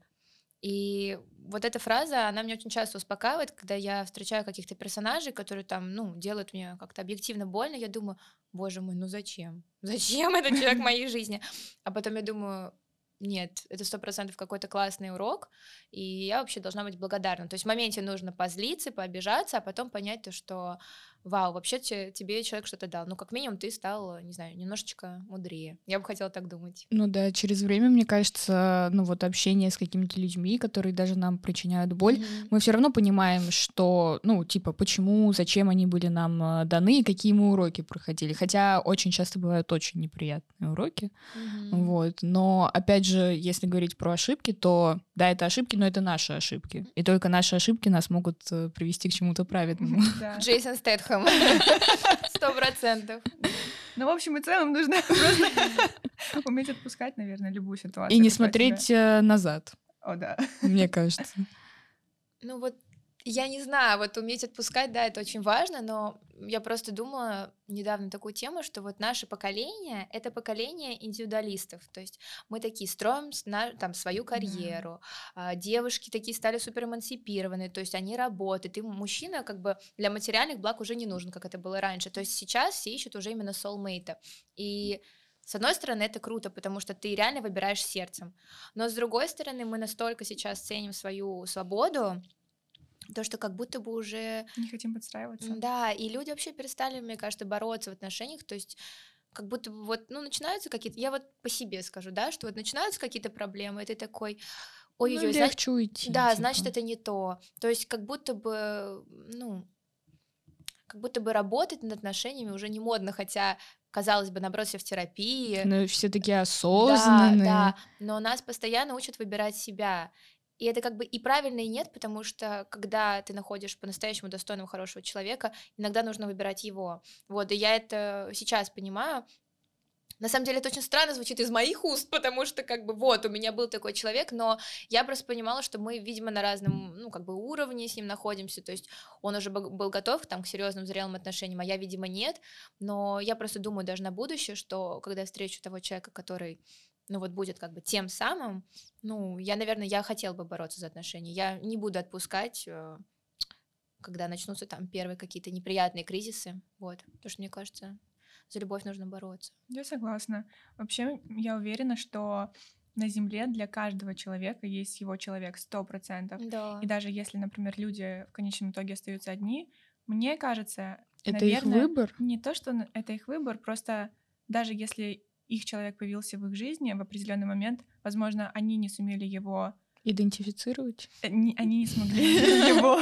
[SPEAKER 1] И вот эта фраза, она меня очень часто успокаивает, когда я встречаю каких-то персонажей, которые там, ну, делают мне как-то объективно больно. Я думаю: боже мой, ну зачем? Зачем этот человек в моей жизни? А потом я думаю: нет, это сто процентов какой-то классный урок, и я вообще должна быть благодарна. То есть в моменте нужно позлиться, пообижаться, а потом понять то, что вау, вообще те- тебе человек что-то дал. Ну, как минимум, ты стал, не знаю, немножечко мудрее. Я бы хотела так думать.
[SPEAKER 2] Ну да, через время, мне кажется, ну вот общение с какими-то людьми, которые даже нам причиняют боль,
[SPEAKER 1] Мгм.
[SPEAKER 2] мы все равно понимаем, что, ну, типа, почему, зачем они были нам э, даны и какие мы уроки проходили. Хотя очень часто бывают очень неприятные уроки.
[SPEAKER 1] Мгм.
[SPEAKER 2] Вот. Но, опять же, если говорить про ошибки, то да, это ошибки, но это наши ошибки. И только наши ошибки нас могут э, привести к чему-то праведному.
[SPEAKER 3] Да.
[SPEAKER 1] Джейсон Стэтхэм. Сто процентов.
[SPEAKER 3] Ну, в общем и целом, нужно просто уметь отпускать, наверное, любую ситуацию.
[SPEAKER 2] И не
[SPEAKER 3] которая тебя-
[SPEAKER 2] смотреть э, назад,
[SPEAKER 3] О, да.
[SPEAKER 2] мне кажется.
[SPEAKER 1] Ну вот, я не знаю, вот уметь отпускать, да, это очень важно, но я просто думала недавно такую тему, что вот наше поколение — это поколение индивидуалистов, то есть мы такие строим с- на- там свою карьеру, а, девушки такие стали суперэмансипированы, то есть они работают, и мужчина как бы для материальных благ уже не нужен, как это было раньше, то есть сейчас все ищут уже именно soulmate, и с одной стороны, это круто, потому что ты реально выбираешь сердцем, но с другой стороны, мы настолько сейчас ценим свою свободу, то, что как будто бы уже,
[SPEAKER 3] Не хотим подстраиваться.
[SPEAKER 1] м, да, и люди вообще перестали, мне кажется, бороться в отношениях, то есть как будто бы вот, ну, начинаются какие-то, я вот по себе скажу, да, что вот начинаются какие-то проблемы, и ты такой:
[SPEAKER 2] Ну,
[SPEAKER 1] ой-ой-ой, зна-
[SPEAKER 2] легче уйти,
[SPEAKER 1] да, значит,
[SPEAKER 2] типа.
[SPEAKER 1] это не то, то есть как будто бы, ну, как будто бы работать над отношениями уже не модно, хотя, казалось бы, наоборот, все в терапии,
[SPEAKER 2] Но все такие
[SPEAKER 1] да,
[SPEAKER 2] осознанные.
[SPEAKER 1] да, но нас постоянно учат выбирать себя. И это как бы и правильно, и нет, потому что когда ты находишь по-настоящему достойного, хорошего человека, иногда нужно выбирать его. Вот, и я это сейчас понимаю, На самом деле это очень странно звучит из моих уст, потому что как бы вот у меня был такой человек, но я просто понимала, что мы, видимо, на разном, ну, как бы уровне с ним находимся, то есть он уже был был готов там к серьезным зрелым отношениям, а я, видимо, нет, но я просто думаю даже на будущее, что когда я встречу того человека, который, ну, вот будет как бы тем самым, ну, я, наверное, я хотела бы бороться за отношения, я не буду отпускать, э, когда начнутся там первые какие-то неприятные кризисы, вот, потому что мне кажется, за любовь нужно бороться.
[SPEAKER 3] Я согласна. Вообще, я уверена, что на Земле для каждого человека есть его человек сто процентов. И
[SPEAKER 1] Да.
[SPEAKER 3] даже если, например, люди в конечном итоге остаются одни, мне кажется,
[SPEAKER 2] Это их
[SPEAKER 3] наверное,
[SPEAKER 2] выбор?
[SPEAKER 3] не то, что н- это их выбор, просто даже если их человек появился в их жизни в определенный момент, возможно, они не сумели его,
[SPEAKER 2] Идентифицировать?
[SPEAKER 3] э, не- они не смогли его,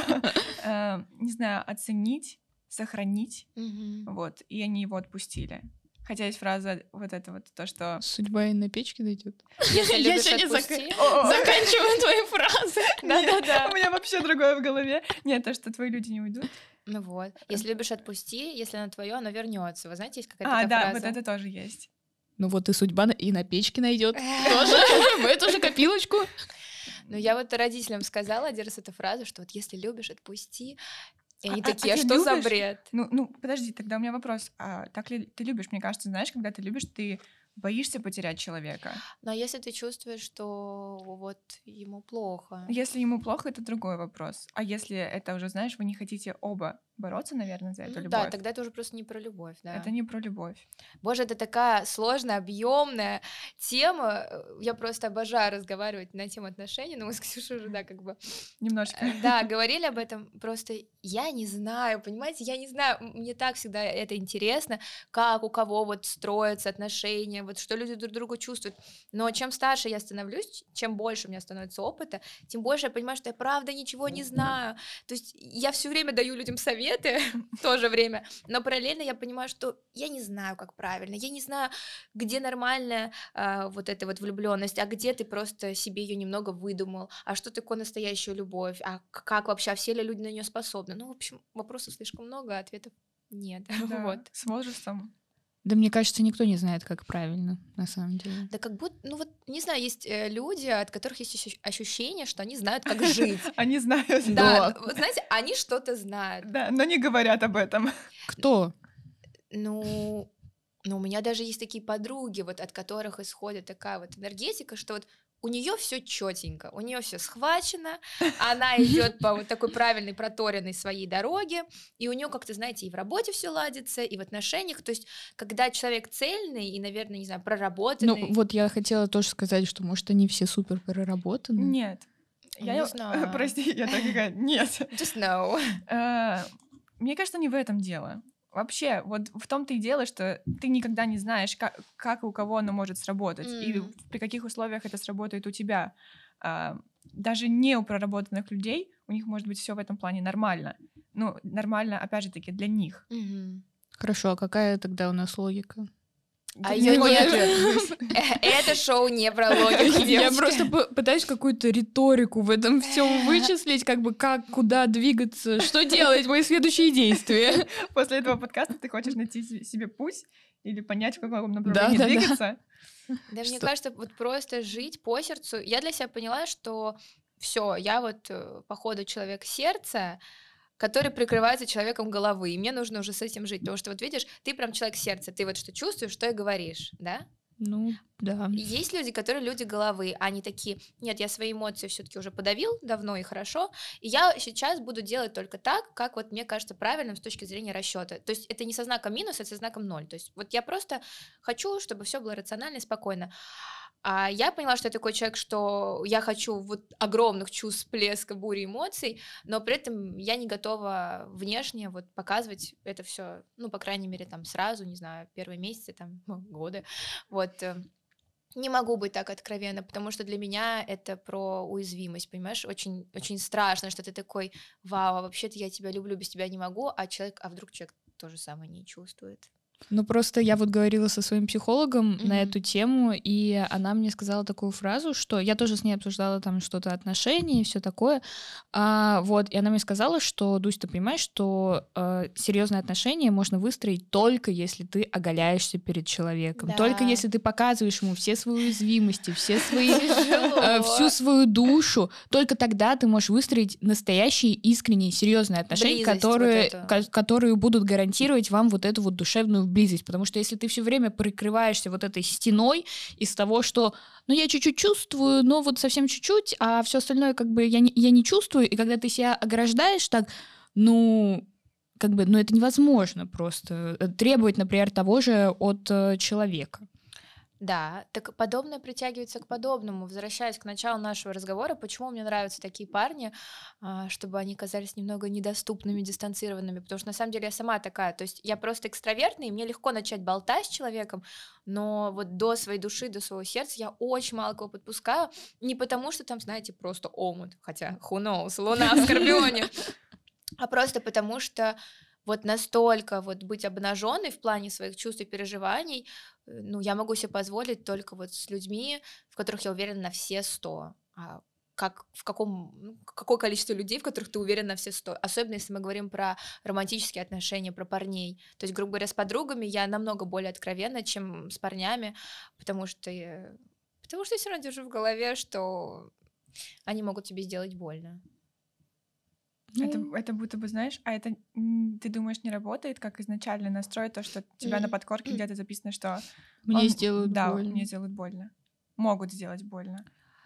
[SPEAKER 3] э, не знаю, оценить, сохранить,
[SPEAKER 1] Мгм.
[SPEAKER 3] вот, и они его отпустили. Хотя есть фраза вот это вот, то, что...
[SPEAKER 2] Судьба и на печке дойдет.
[SPEAKER 1] Если
[SPEAKER 2] Я
[SPEAKER 1] любишь,
[SPEAKER 2] ещё не
[SPEAKER 1] отпусти.
[SPEAKER 3] О,
[SPEAKER 2] Заканчиваю твои фразы.
[SPEAKER 3] Да-да-да. У меня вообще другое в голове. Нет, то, что твои люди не уйдут.
[SPEAKER 1] Ну вот. Если любишь, отпусти. Если оно твое, оно вернется. Вы знаете, есть какая-то
[SPEAKER 3] А,
[SPEAKER 1] такая
[SPEAKER 3] да,
[SPEAKER 1] фраза?
[SPEAKER 3] вот это тоже есть.
[SPEAKER 2] Ну вот и судьба на- и на печке найдет. Тоже в эту же копилочку.
[SPEAKER 1] Ну, я вот родителям сказала один раз эту фразу, что вот если любишь, отпусти. И
[SPEAKER 3] А-
[SPEAKER 1] они
[SPEAKER 3] а- а
[SPEAKER 1] такие, а
[SPEAKER 3] ты
[SPEAKER 1] что за
[SPEAKER 3] любишь?
[SPEAKER 1] бред?
[SPEAKER 3] Ну, ну, подожди, тогда у меня вопрос. А так ли ты любишь? Мне кажется, знаешь, когда ты любишь, ты боишься потерять человека.
[SPEAKER 1] Но если ты чувствуешь, что вот ему плохо.
[SPEAKER 3] Если ему плохо, это другой вопрос. А если это уже, знаешь, вы не хотите оба бороться, наверное, за эту
[SPEAKER 1] Ну
[SPEAKER 3] любовь,
[SPEAKER 1] да, тогда это уже просто не про любовь, да.
[SPEAKER 3] это не про любовь.
[SPEAKER 1] Боже, это такая сложная, объемная тема. Э, Я просто обожаю разговаривать на тему отношений, но мы с Ксюшей уже, да, как бы
[SPEAKER 3] Немножечко.
[SPEAKER 1] Э, Да, говорили об этом, просто я не знаю, понимаете, я не знаю, м- мне так всегда это интересно, как у кого вот строятся отношения, вот что люди друг другу чувствуют, но чем старше я становлюсь, чем больше у меня становится опыта, тем больше я понимаю, что я правда ничего не знаю, то есть я все время даю людям советы, в то же время, но параллельно я понимаю, что я не знаю, как правильно, я не знаю, где нормальная а, вот эта вот влюбленность, а где ты просто себе ее немного выдумал, а что такое настоящая любовь, а к- как вообще, а все ли люди на нее способны? Ну, в общем, вопросов слишком много, а ответов нет.
[SPEAKER 3] Да,
[SPEAKER 1] Вот.
[SPEAKER 3] с возрастом.
[SPEAKER 2] Да мне кажется, никто не знает, как правильно, на самом деле.
[SPEAKER 1] Да как будто, ну вот, не знаю, есть э, люди, от которых есть ощу- ощущение, что они знают, как жить.
[SPEAKER 3] Они знают.
[SPEAKER 1] Да,
[SPEAKER 2] Да.
[SPEAKER 1] вот знаете, они что-то знают.
[SPEAKER 3] Да, но не говорят об этом.
[SPEAKER 2] Кто?
[SPEAKER 1] Ну, ну, у меня даже есть такие подруги, вот от которых исходит такая вот энергетика, что вот у нее все четенько, у нее все схвачено, она идет по вот такой правильной проторенной своей дороге, и у нее как-то, знаете, и в работе все ладится, и в отношениях. То есть, когда человек цельный и, наверное, не знаю,
[SPEAKER 2] Ну,
[SPEAKER 1] проработанный,
[SPEAKER 2] вот я хотела тоже сказать, что, может, они все супер проработаны.
[SPEAKER 3] Нет.
[SPEAKER 1] Не
[SPEAKER 3] Я,
[SPEAKER 1] знаю.
[SPEAKER 3] прости, я такая, нет.
[SPEAKER 1] just know.
[SPEAKER 3] Э, Мне кажется, не в этом дело. Вообще, вот в том-то и дело, что ты никогда не знаешь, как, как и у кого оно может сработать, и
[SPEAKER 1] М.
[SPEAKER 3] при каких условиях это сработает у тебя. А, Даже не у проработанных людей, у них может быть все в этом плане нормально. Ну, нормально, опять же таки, для них.
[SPEAKER 1] Мгм.
[SPEAKER 2] Хорошо, а какая тогда у нас логика?
[SPEAKER 1] А
[SPEAKER 3] Я
[SPEAKER 1] её
[SPEAKER 3] не
[SPEAKER 1] нет.
[SPEAKER 3] ответ.
[SPEAKER 1] Э, Это шоу не про логику,
[SPEAKER 2] Я
[SPEAKER 1] девочки.
[SPEAKER 2] просто п- пытаюсь какую-то риторику в этом всем вычислить, как бы как, куда двигаться, что делать, мои следующие действия.
[SPEAKER 3] После этого подкаста ты хочешь найти се- себе путь или понять, в каком направлении
[SPEAKER 2] Да-да-да.
[SPEAKER 3] двигаться.
[SPEAKER 1] Да, мне
[SPEAKER 2] Что-
[SPEAKER 1] кажется, вот просто жить по сердцу. Я для себя поняла, что все, я вот э, по ходу человек сердца, который прикрывается человеком головы, и мне нужно уже с этим жить, потому что вот видишь, ты прям человек сердца, ты вот что чувствуешь, что и говоришь, да?
[SPEAKER 2] Ну, да.
[SPEAKER 1] И есть люди, которые люди головы, они такие, нет, я свои эмоции все-таки уже подавил давно и хорошо, и я сейчас буду делать только так, как вот мне кажется правильным с точки зрения расчета. То есть это не со знаком минус, это со знаком ноль. То есть вот я просто хочу, чтобы все было рационально и спокойно. А я поняла, что я такой человек, что я хочу вот огромных чувств, всплеска, бури эмоций, но при этом я не готова внешне вот показывать это все, ну, по крайней мере, там сразу, не знаю, первые месяцы, там, годы, вот. э, Не могу быть так откровенна, потому что для меня это про уязвимость, понимаешь? Очень, очень страшно, что ты такой, вау, а вообще-то я тебя люблю, без тебя не могу, а человек, а вдруг человек то же самое не чувствует.
[SPEAKER 2] Ну, просто я вот говорила со своим психологом
[SPEAKER 1] Мгм.
[SPEAKER 2] на эту тему, и она мне сказала такую фразу, что я тоже с ней обсуждала там что-то отношения и все такое. А, вот, и она мне сказала, что, Дусь, ты понимаешь, что э, серьезные отношения можно выстроить только если ты оголяешься перед человеком, только
[SPEAKER 1] Да.
[SPEAKER 2] если ты показываешь ему все свои уязвимости, все свои э,
[SPEAKER 1] Тяжело.
[SPEAKER 2] всю свою душу, только тогда ты можешь выстроить настоящие, искренние, серьезные отношения,
[SPEAKER 1] Близость вот
[SPEAKER 2] которые,
[SPEAKER 1] эту.
[SPEAKER 2] ко- которые будут гарантировать вам вот эту вот душевную близость. Потому что если ты все время прикрываешься вот этой стеной из того, что ну я чуть-чуть чувствую, но вот совсем чуть-чуть, а все остальное как бы я не, я не чувствую, и когда ты себя ограждаешь так, ну как бы, ну это невозможно просто э, требовать, например, того же от э, человека.
[SPEAKER 1] Да, так подобное притягивается к подобному. Возвращаясь к началу нашего разговора, почему мне нравятся такие парни, а, чтобы они казались немного недоступными, дистанцированными, потому что на самом деле я сама такая, то есть я просто экстравертная, и мне легко начать болтать с человеком, но вот до своей души, до своего сердца я очень мало кого подпускаю, не потому что там, знаете, просто омут, хотя who knows, луна в Скорпионе, а просто потому что вот настолько вот быть обнаженной в плане своих чувств и переживаний, э, ну, я могу себе позволить только вот с людьми, в которых я уверена на все сто. А как, в каком, ну, какое количество людей, в которых ты уверен на все сто. Особенно если мы говорим про романтические отношения, про парней. То есть, грубо говоря, с подругами я намного более откровенна, чем с парнями, потому что я, потому что я все равно держу в голове, что они могут тебе сделать больно.
[SPEAKER 3] Это,
[SPEAKER 2] Ну,
[SPEAKER 3] это будто бы, знаешь, а это, м, ты думаешь, не работает, как изначальный настрой, то, что у тебя на подкорке где-то записано, что
[SPEAKER 2] мне
[SPEAKER 3] он-
[SPEAKER 2] сделают
[SPEAKER 3] да,
[SPEAKER 2] больно.
[SPEAKER 3] мне сделают больно. Могут сделать больно.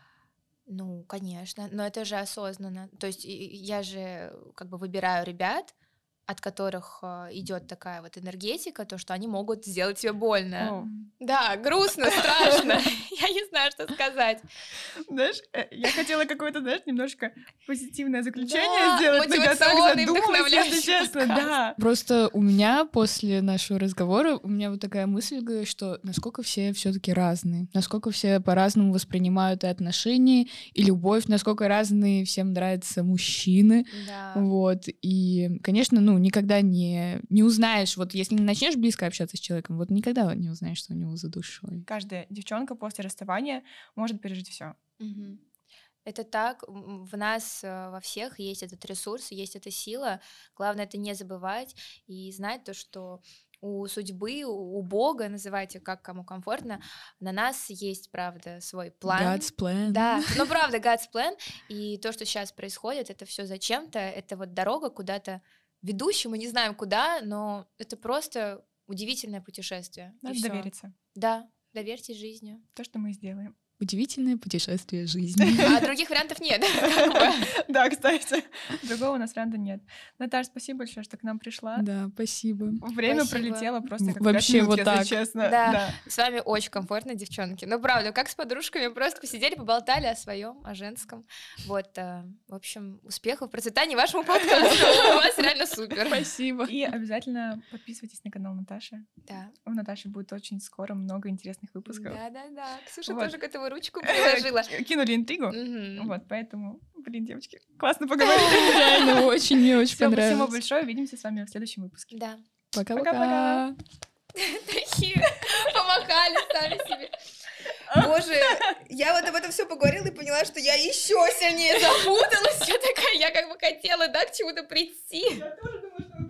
[SPEAKER 1] Ну, конечно, но это же осознанно. То есть и- и я же как бы выбираю ребят, от которых идет такая вот энергетика, то, что они могут сделать тебе больно.
[SPEAKER 3] О,
[SPEAKER 1] Да, грустно, страшно. Я не знаю, что сказать.
[SPEAKER 3] знаешь, э, я хотела какое-то, знаешь, немножко позитивное заключение
[SPEAKER 1] Да,
[SPEAKER 3] сделать, но я так
[SPEAKER 1] мотивационный,
[SPEAKER 3] задумалась, если
[SPEAKER 1] вдохновляющий
[SPEAKER 3] честно,
[SPEAKER 1] подкаст.
[SPEAKER 3] да.
[SPEAKER 2] Просто у меня после нашего разговора у меня вот такая мысль, говорит, что насколько все все-таки разные, насколько все по-разному воспринимают и отношения, и любовь, насколько разные всем нравятся мужчины,
[SPEAKER 1] Да.
[SPEAKER 2] вот. И, конечно, ну никогда не не узнаешь, вот если не начнешь близко общаться с человеком, вот никогда не узнаешь, что у него за душой.
[SPEAKER 3] Каждая девчонка после расставания может пережить все.
[SPEAKER 1] Мгм. Это так, м, в нас э, во всех есть этот ресурс, есть эта сила. Главное это не забывать и знать то, что у судьбы, у у Бога, называйте как кому комфортно, на нас есть, правда, свой план.
[SPEAKER 2] God's plan.
[SPEAKER 1] Да, ну правда, God's plan, и то, что сейчас происходит, это все зачем-то, это вот дорога куда-то ведущая, мы не знаем куда, но это просто удивительное путешествие. и
[SPEAKER 3] Надо
[SPEAKER 1] всё.
[SPEAKER 3] довериться.
[SPEAKER 1] Да, доверьтесь жизни.
[SPEAKER 3] То, что мы и сделаем.
[SPEAKER 2] Удивительное путешествие жизни.
[SPEAKER 1] А других вариантов нет. как бы.
[SPEAKER 3] Да, кстати, другого у нас варианта нет. Наташа, спасибо большое, что к нам пришла.
[SPEAKER 2] Да, спасибо.
[SPEAKER 3] Время
[SPEAKER 1] Спасибо.
[SPEAKER 3] пролетело просто как
[SPEAKER 2] Вообще
[SPEAKER 3] пять минут,
[SPEAKER 2] вот
[SPEAKER 3] если
[SPEAKER 2] так.
[SPEAKER 3] честно.
[SPEAKER 1] Да. С вами очень комфортно, девчонки. Ну, правда, как с подружками, просто посидели, поболтали о своем, о женском. Вот, э, в общем, успехов, процветания вашему подкасту. У вас реально супер.
[SPEAKER 2] Спасибо.
[SPEAKER 3] И обязательно подписывайтесь на канал Наташи.
[SPEAKER 1] Да.
[SPEAKER 3] У Наташи будет очень скоро много интересных выпусков.
[SPEAKER 1] Да-да-да. Ксюша
[SPEAKER 3] Вот.
[SPEAKER 1] тоже к этому ручку приложила.
[SPEAKER 3] Кинули интригу.
[SPEAKER 1] Мгм.
[SPEAKER 3] Вот, поэтому, блин, девочки, классно поговорили.
[SPEAKER 2] Реально очень, мне очень
[SPEAKER 3] Всё, спасибо
[SPEAKER 2] понравилось.
[SPEAKER 3] большое. Увидимся с вами в следующем выпуске.
[SPEAKER 1] Да.
[SPEAKER 2] Пока-пока.
[SPEAKER 3] Пока-пока.
[SPEAKER 1] Такие помахали сами себе. Боже, я вот об этом все поговорила и поняла, что я еще сильнее запуталась. Я такая, я как бы хотела, да, к чему-то прийти.
[SPEAKER 3] Я тоже думаю, что